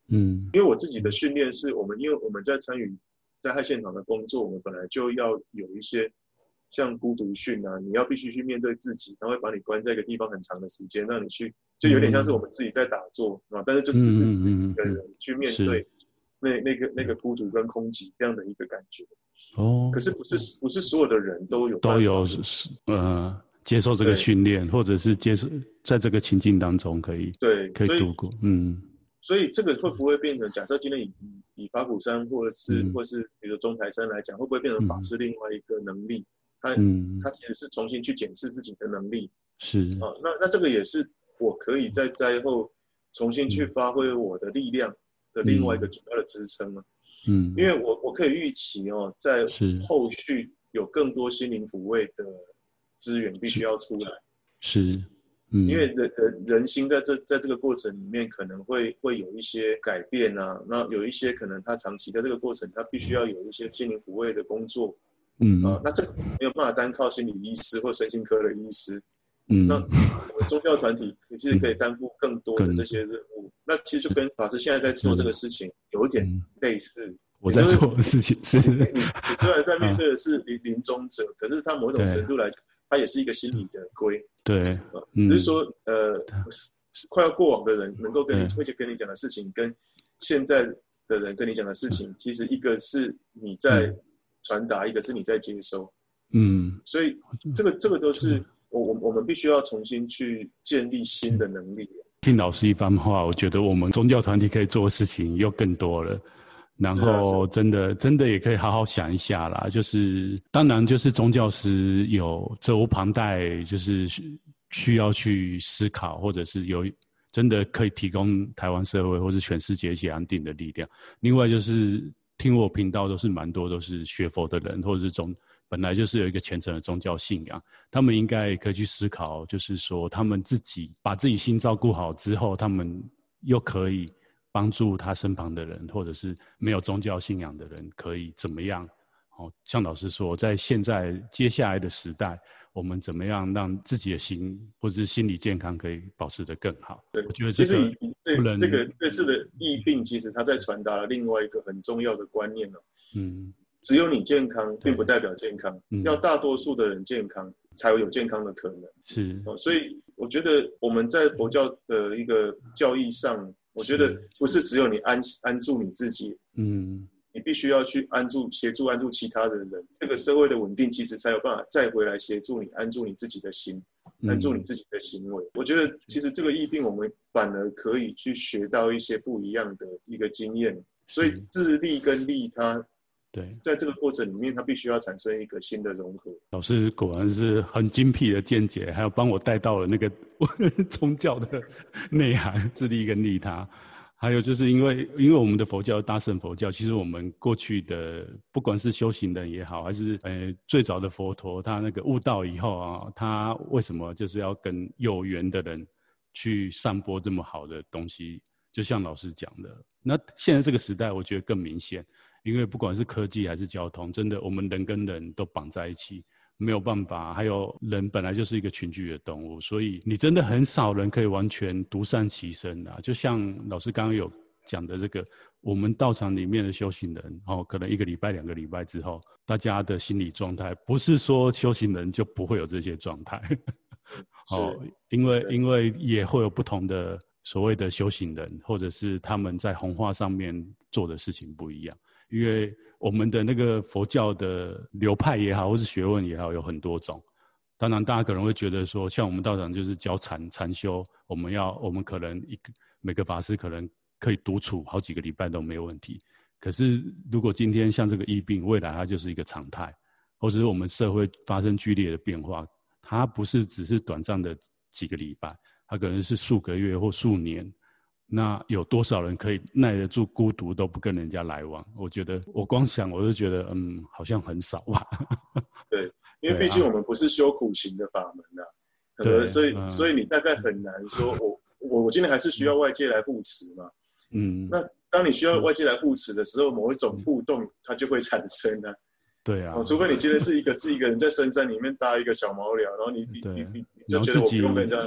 B: 嗯，因为我自己的训练是我们，因为我们在参与灾害现场的工作，我们本来就要有一些像孤独训啊，你要必须去面对自己，他会把你关在一个地方很长的时间，让你去，就有点像是我们自己在打坐啊，但是就只是自己一个人去面对那那个那个孤独跟空寂这样的一个感觉。哦，可是不是不是所有的人都有
A: 都有呃接受这个训练，或者是接受在这个情境当中可以
B: 对
A: 可以度过，嗯。
B: 所以这个会不会变成？假设今天以以法鼓山或者是、嗯、或是比如中台山来讲，会不会变成法师另外一个能力？他、嗯、他其实是重新去检视自己的能力。
A: 是
B: 啊，那那这个也是我可以在灾后重新去发挥我的力量的另外一个主要的支撑啊。嗯，因为我我可以预期哦，在后续有更多心灵抚慰的资源必须要出来。
A: 是。
B: 嗯、因为人人人心在这在这个过程里面可能会会有一些改变啊，那有一些可能他长期在这个过程，他必须要有一些心灵抚慰的工作，嗯啊，那这没有办法单靠心理医师或身心科的医师，嗯，那我们宗教团体其实可以担负更多的这些任务，那其实就跟法师现在在做这个事情有一点类似。嗯，
A: 我在做的事情是，
B: 你你虽然在面对的是临临终者，可是他某种程度来讲，他也是一个心理的规。
A: 对，
B: 嗯，就是说，呃，快要过往的人能够跟你，会跟你讲的事情，跟现在的人跟你讲的事情，其实一个是你在传达，一个是你在接收，嗯，所以这个这个都是我我我们必须要重新去建立新的能力。
A: 听老师一番话，我觉得我们宗教团体可以做的事情又更多了。然后真的真的也可以好好想一下啦，就是当然就是宗教师有责无旁贷，就是需要去思考，或者是有真的可以提供台湾社会或是全世界一些安定的力量。另外就是听我频道都是蛮多都是学佛的人，或者是宗本来就是有一个虔诚的宗教信仰，他们应该也可以去思考，就是说他们自己把自己心照顾好之后，他们又可以帮助他身旁的人，或者是没有宗教信仰的人，可以怎么样？哦，像老师说，在现在接下来的时代，我们怎么样让自己的心或者是心理健康可以保持得更好？
B: 对，
A: 我觉得这
B: 个其实这这个这次的疫病，其实它在传达了另外一个很重要的观念哦。嗯，只有你健康，并不代表健康，嗯、要大多数的人健康，才会有健康的可能。
A: 是、
B: 哦，所以我觉得我们在佛教的一个教义上。我觉得不是只有你安安住你自己，嗯，你必须要去安住、协助安住其他的人，这个社会的稳定其实才有办法再回来协助你安住你自己的心，安住你自己的行为。嗯、我觉得其实这个疫病，我们反而可以去学到一些不一样的一个经验，所以自利跟利他。
A: 对，
B: 在这个过程里面，它必须要产生一个新的融合。
A: 老师果然是很精辟的见解，还有帮我带到了那个宗教的内涵，自利跟利他。还有就是因为因为我们的佛教大乘佛教，其实我们过去的不管是修行人也好，还是呃最早的佛陀，他那个悟道以后啊，他为什么就是要跟有缘的人去散播这么好的东西？就像老师讲的，那现在这个时代，我觉得更明显。因为不管是科技还是交通，真的我们人跟人都绑在一起，没有办法。还有人本来就是一个群居的动物，所以你真的很少人可以完全独善其身啊。就像老师刚刚有讲的这个，我们道场里面的修行人，哦，可能一个礼拜、两个礼拜之后，大家的心理状态，不是说修行人就不会有这些状态，哦，因为因为也会有不同的所谓的修行人，或者是他们在弘化上面做的事情不一样。因为我们的那个佛教的流派也好，或是学问也好，有很多种。当然，大家可能会觉得说，像我们道场就是教禅禅修，我们要我们可能一个每个法师可能可以独处好几个礼拜都没有问题。可是，如果今天像这个疫病，未来它就是一个常态，或者是我们社会发生剧烈的变化，它不是只是短暂的几个礼拜，它可能是数个月或数年。那有多少人可以耐得住孤独都不跟人家来往？我觉得我光想我就觉得嗯，好像很少吧。
B: 对，因为毕竟我们不是修苦行的法门啊，对，所以、嗯、所以你大概很难说我我我今天还是需要外界来护持嘛。嗯，那当你需要外界来护持的时候，某一种互动它就会产生啊。
A: 对啊、
B: 哦，除非你今天是一个自己一个人在深山里面搭一个小茅寮，然后你你你你你就觉得我不用跟人家。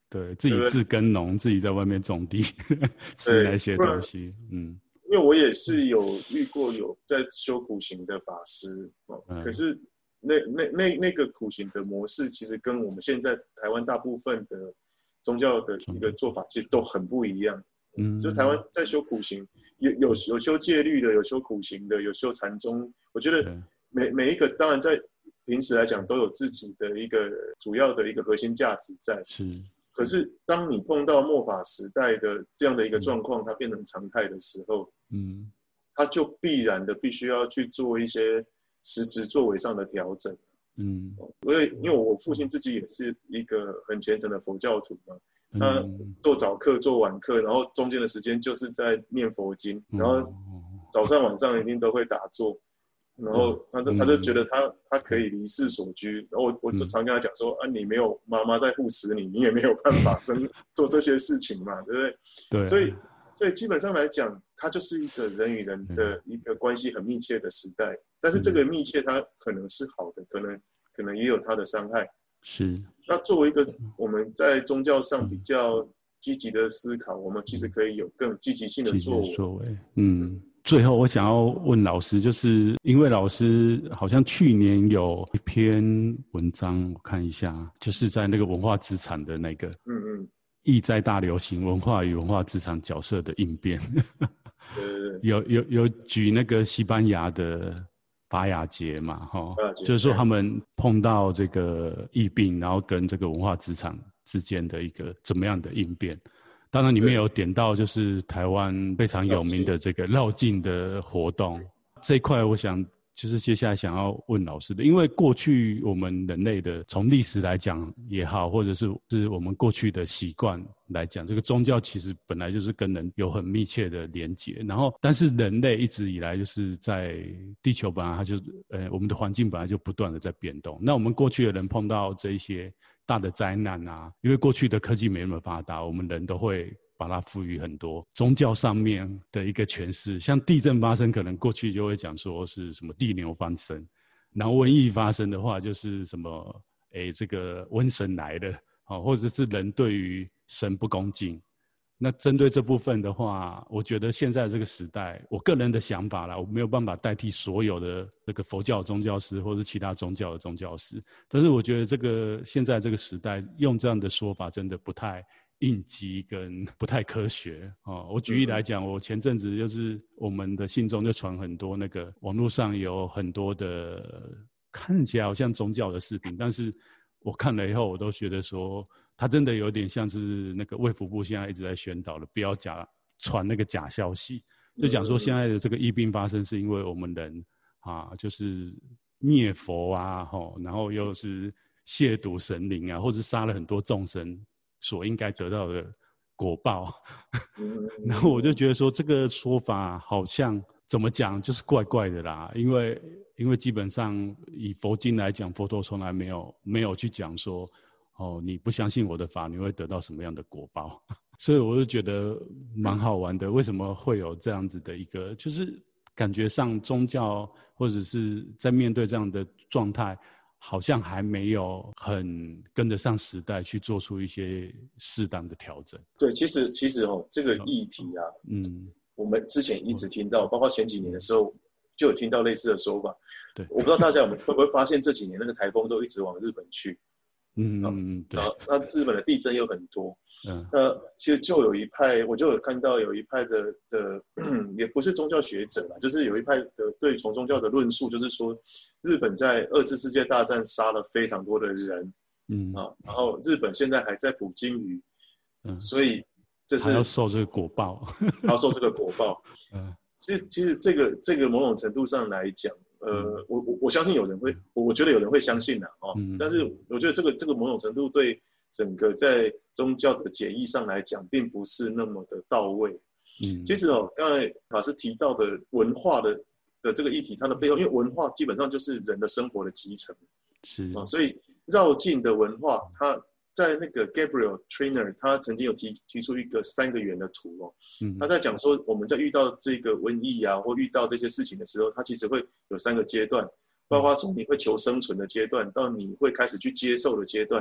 A: 对，自己自耕农，自己在外面种地吃那些东西，嗯。
B: 因为我也是有遇过有在修苦行的法师，哦嗯、可是那那那那个苦行的模式，其实跟我们现在台湾大部分的宗教的一个做法，其实都很不一样。嗯，就台湾在修苦行，有有有修戒律的，有修苦行的，有修禅宗。我觉得每每一个，当然在平时来讲，都有自己的一个主要的一个核心价值在。
A: 是。
B: 可是，当你碰到末法时代的这样的一个状况，它变成常态的时候，嗯，它就必然的必须要去做一些实质作为上的调整，嗯，因为因为我父亲自己也是一个很虔诚的佛教徒嘛，他做早课、做晚课，然后中间的时间就是在念佛经，然后早上晚上一定都会打坐。然后他就他就觉得他他可以离世所居，然后我我就常跟他讲说、嗯、啊，你没有妈妈在护持你，你也没有办法生做这些事情嘛，对不对？
A: 对。
B: 所以所以基本上来讲，它就是一个人与人的一个关系很密切的时代。但是这个密切它可能是好的，可能可能也有它的伤害。
A: 是。
B: 那作为一个我们在宗教上比较积极的思考，我们其实可以有更积极性的作为。
A: 作为，嗯。最后，我想要问老师，就是因为老师好像去年有一篇文章，我看一下，就是在那个文化资产的那个，嗯嗯，疫灾大流行文化与文化资产角色的应变，有有有举那个西班牙的法雅节嘛，哈，就是说他们碰到这个疫病，然后跟这个文化资产之间的一个怎么样的应变。当然里面有点到就是台湾非常有名的这个绕境的活动，这一块我想就是接下来想要问老师的，因为过去我们人类的从历史来讲也好，或者是是我们过去的习惯来讲，这个宗教其实本来就是跟人有很密切的连结，然后但是人类一直以来就是在地球本来它就呃我们的环境本来就不断的在变动，那我们过去的人碰到这一些大的灾难啊，因为过去的科技没那么发达，我们人都会把它赋予很多宗教上面的一个诠释，像地震发生，可能过去就会讲说是什么地牛翻身，然后瘟疫发生的话，就是什么，诶，这个瘟神来了，哦，或者是人对于神不恭敬。那针对这部分的话，我觉得现在这个时代，我个人的想法啦，我没有办法代替所有的这个佛教宗教师或者其他宗教的宗教师，但是我觉得这个现在这个时代用这样的说法真的不太应急跟不太科学哦。我举例来讲，我前阵子就是我们的信中就传很多那个网络上有很多的看起来好像宗教的视频，但是我看了以后，我都觉得说，它真的有点像是那个卫福部现在一直在宣导的，不要假传那个假消息，就讲说现在的这个疫病发生是因为我们人啊，就是灭佛啊，吼，然后又是亵渎神灵啊，或者杀了很多众生所应该得到的果报。然后我就觉得说，这个说法好像怎么讲，就是怪怪的啦，因为。因为基本上以佛经来讲，佛陀从来没有没有去讲说，哦，你不相信我的法，你会得到什么样的果报？所以我就觉得蛮好玩的。为什么会有这样子的一个，就是感觉上宗教或者是在面对这样的状态，好像还没有很跟得上时代去做出一些适当的调整。
B: 对，其实其实哦，这个议题啊，嗯，我们之前一直听到，包括前几年的时候。就有听到类似的说法，对，我不知道大家有没有会不会发现这几年那个台风都一直往日本去，嗯嗯，对，那日本的地震又很多，嗯，那其实就有一派，我就有看到有一派的的，也不是宗教学者啦，就是有一派的对从宗教的论述，就是说日本在二次世界大战杀了非常多的人，嗯啊，然后日本现在还在捕鲸鱼，嗯，所以这是
A: 还要受这个果报，
B: 还要受这个果报，嗯。其实，其实这个这个某种程度上来讲，呃，我我我相信有人会，我觉得有人会相信的哦。嗯、但是我觉得这个这个某种程度对整个在宗教的解义上来讲，并不是那么的到位。嗯，其实哦，刚才法师提到的文化的的这个议题，它的背后，因为文化基本上就是人的生活的集成，
A: 是
B: 啊，所以绕境的文化，它。在那个 Gabriel Trainer， 他曾经有提提出一个三个圆的图哦，嗯、他在讲说我们在遇到这个瘟疫啊，或遇到这些事情的时候，它其实会有三个阶段，包括从你会求生存的阶段，到你会开始去接受的阶段，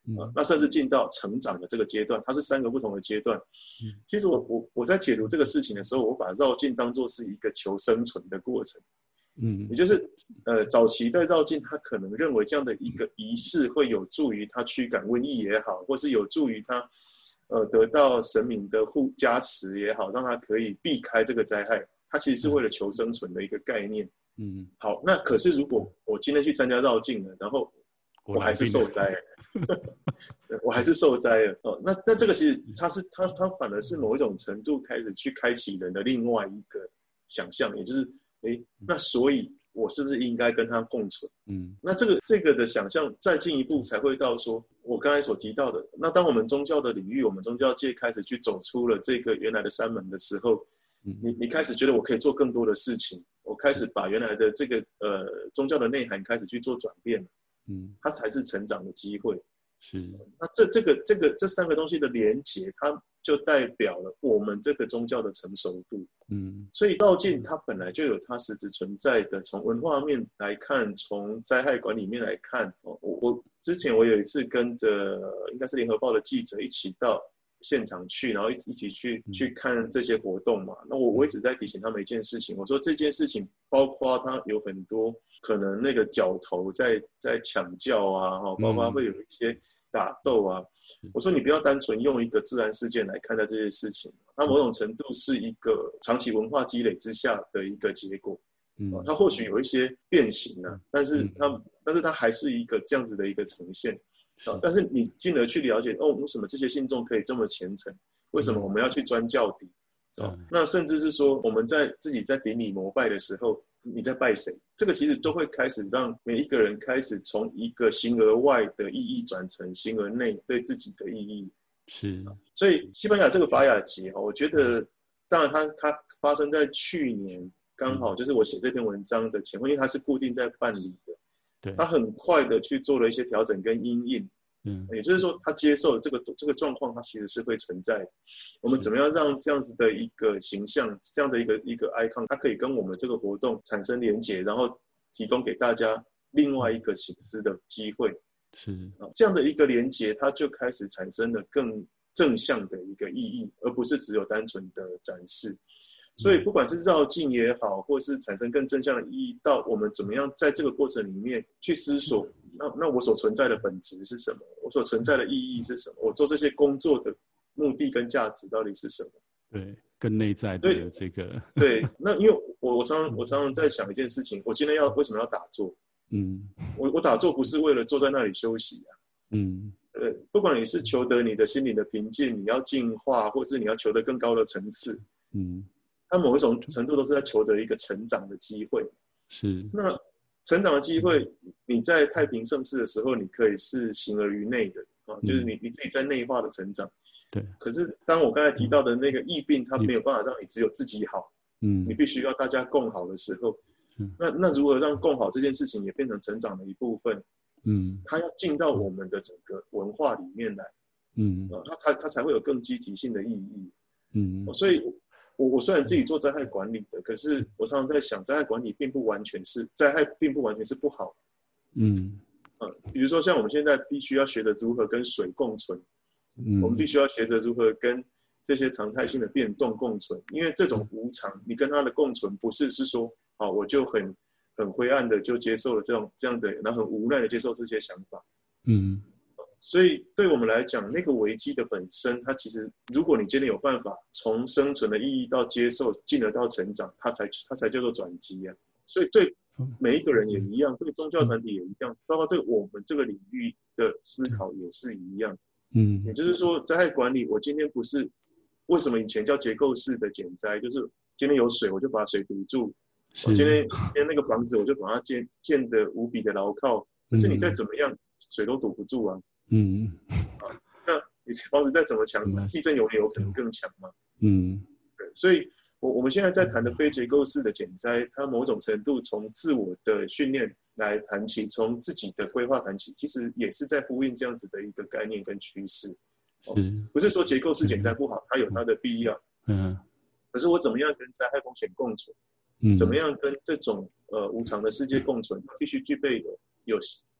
A: 嗯
B: 呃、那甚至进到成长的这个阶段，它是三个不同的阶段。
A: 嗯、
B: 其实我我我在解读这个事情的时候，我把绕境当作是一个求生存的过程。
A: 嗯，
B: 也就是呃，早期在绕境，他可能认为这样的一个仪式会有助于他驱赶瘟疫也好，或是有助于他呃得到神明的护加持也好，让他可以避开这个灾害。他其实是为了求生存的一个概念。
A: 嗯，
B: 好，那可是如果我今天去参加绕境了，然后我还是受灾了，我还是受灾了。哦，那那这个其实他是他他反而是某一种程度开始去开启人的另外一个想象，也就是。哎，那所以我是不是应该跟他共存？嗯，那这个这个的想象再进一步才会到说，我刚才所提到的，那当我们宗教的领域，我们宗教界开始去走出了这个原来的山门的时候，你你开始觉得我可以做更多的事情，我开始把原来的这个呃宗教的内涵开始去做转变，嗯，它才是成长的机会。是，那这这个这个这三个东西的连结，它就代表了我们这个宗教的成熟度。嗯，所以绕境它本来就有它实质存在的，从文化面来看，从灾害管理面来看，我我之前我有一次跟着应该是联合报的记者一起到现场去，然后一一起去去看这些活动嘛。那我我一直在提醒他们一件事情，我说这件事情包括它有很多可能那个角头在在抢教啊，包括会有一些打斗啊。我说你不要单纯用一个自然事件来看待这些事情，它某种程度是一个长期文化积累之下的一个结果。嗯，它或许有一些变形啊，但是它但是它还是一个这样子的一个呈现。啊，但是你进而去了解，哦，为什么这些信众可以这么虔诚？为什么我们要去钻教底？哦，那甚至是说我们在自己在顶礼膜拜的时候，你在拜谁？这个其实都会开始让每一个人开始从一个形而外的意义转成形而内对自己的意义。是，所以西班牙这个法雅节哈，我觉得当然它它发生在去年，刚好就是我写这篇文章的前后，因为它是固定在办理的。对，他很快的去做了一些调整跟因应，嗯，也就是说，他接受这个这个状况，它其实是会存在的。我们怎么样让这样子的一个形象，这样的一个一个 icon， 它可以跟我们这个活动产生连结，然后提供给大家另外一个省思的机会。是啊，这样的一个连结，它就开始产生了更正向的一个意义，而不是只有单纯的展示。所以不管是绕境也好，或是产生更正向的意义，到我们怎么样在这个过程里面去思索，那那我所存在的本质是什么？我所存在的意义是什么？我做这些工作的目的跟价值到底是什么？
A: 对，更内在的这个。
B: 对，那因为我我常常我常常在想一件事情，我今天要为什么要打坐？嗯，我我打坐不是为了坐在那里休息啊。嗯，呃，不管你是求得你的心灵的平静，你要进化，或是你要求得更高的层次，嗯。它某一种程度都是在求得一个成长的机会。是，那成长的机会，你在太平盛世的时候，你可以是形而于内的啊，就是你你自己在内化的成长。对。可是当我刚才提到的那个疫病，它没有办法让你只有自己好，嗯，你必须要大家共好的时候，嗯，那那如何让共好这件事情也变成成长的一部分？嗯，它要进到我们的整个文化里面来，嗯，啊，它它它才会有更积极性的意义。嗯，所以。我我虽然自己做灾害管理的，可是我常常在想，灾害管理并不完全是灾害，并不完全是不好。嗯，呃，比如说像我们现在必须要学着如何跟水共存，嗯，我们必须要学着如何跟这些常态性的变动共存，因为这种无常，你跟它的共存，不是是说，啊，我就很很灰暗的就接受了这种这样的，然后很无奈的接受这些想法。嗯。所以对我们来讲，那个危机的本身，它其实，如果你今天有办法从生存的意义到接受，进而到成长，它才它才叫做转机啊。所以对每一个人也一样，对宗教团体也一样，包括对我们这个领域的思考也是一样。嗯，也就是说，灾害管理，我今天不是为什么以前叫结构式的减灾，就是今天有水我就把水堵住，今天今天那个房子我就把它建建得无比的牢靠，可是你再怎么样，水都堵不住啊。嗯，啊，那你房子再怎么强，地震有没有可能更强吗？嗯，对，所以我我们现在在谈的非结构式的减灾，它某种程度从自我的训练来谈起，从自己的规划谈起，其实也是在呼应这样子的一个概念跟趋势。哦，不是说结构式减灾不好，它有它的必要。嗯，可是我怎么样跟灾害风险共存？嗯，怎么样跟这种呃无常的世界共存？必须具备有有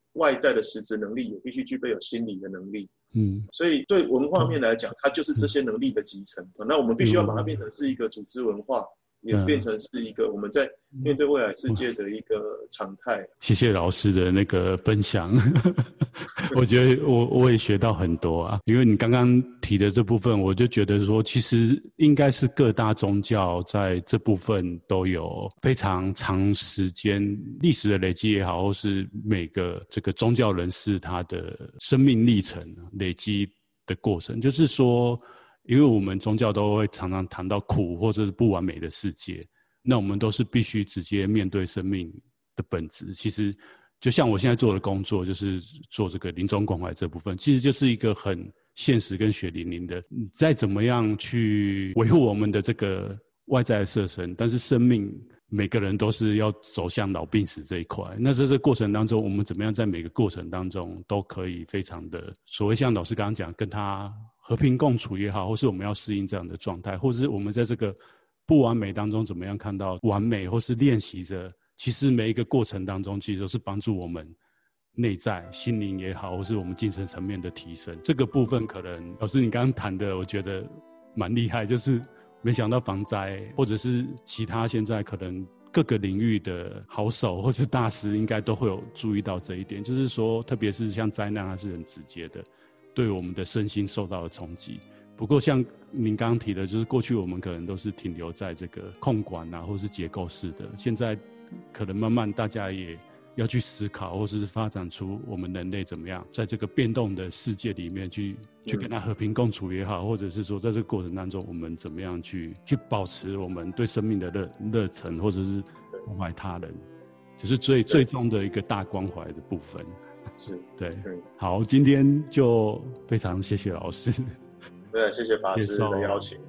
B: 外在的实质能力，也必须具备有心理的能力。
A: 嗯，
B: 所以对文化面来讲，它就是这些能力的集成。那我们必须要把它变成是一个组织文化，也变成是一个我们在面对未来世界的一个常态。
A: 谢谢老师的那个分享，我觉得我我也学到很多啊。因为你刚刚提的这部分，我就觉得说，其实应该是各大宗教在这部分都有非常长时间历史的累积也好，或是每个这个宗教人士他的生命历程累积的过程，就是说。因为我们宗教都会常常谈到苦或者是不完美的世界，那我们都是必须直接面对生命的本质。其实就像我现在做的工作，就是做这个临终关怀这部分，其实就是一个很现实跟血淋淋的，再怎么样去维护我们的这个外在的色身，但是生命每个人都是要走向老病死这一块。那在这个过程当中，我们怎么样在每个过程当中都可以非常的所谓像老师刚刚讲，跟他和平共处也好，或是我们要适应这样的状态，或是我们在这个不完美当中怎么样看到完美，或是练习着，其实每一个过程当中其实都是帮助我们内在心灵也好，或是我们精神层面的提升。这个部分可能老师你刚刚谈的我觉得蛮厉害，就是没想到防灾或者是其他现在可能各个领域的好手或是大师应该都会有注意到这一点，就是说特别是像灾难它是很直接的对我们的身心受到了冲击。不过像您刚刚提的，就是过去我们可能都是停留在这个控管啊或是结构式的，现在可能慢慢大家也要去思考，或者是发展出我们人类怎么样在这个变动的世界里面去去跟它和平共处也好，或者是说在这个过程当中我们怎么样去去保持我们对生命的热热忱，或者是关怀他人，就是最最终的一个大关怀的部分。
B: 是，
A: 对，好，今天就非常谢谢老师。
B: 对，谢谢法师的邀请。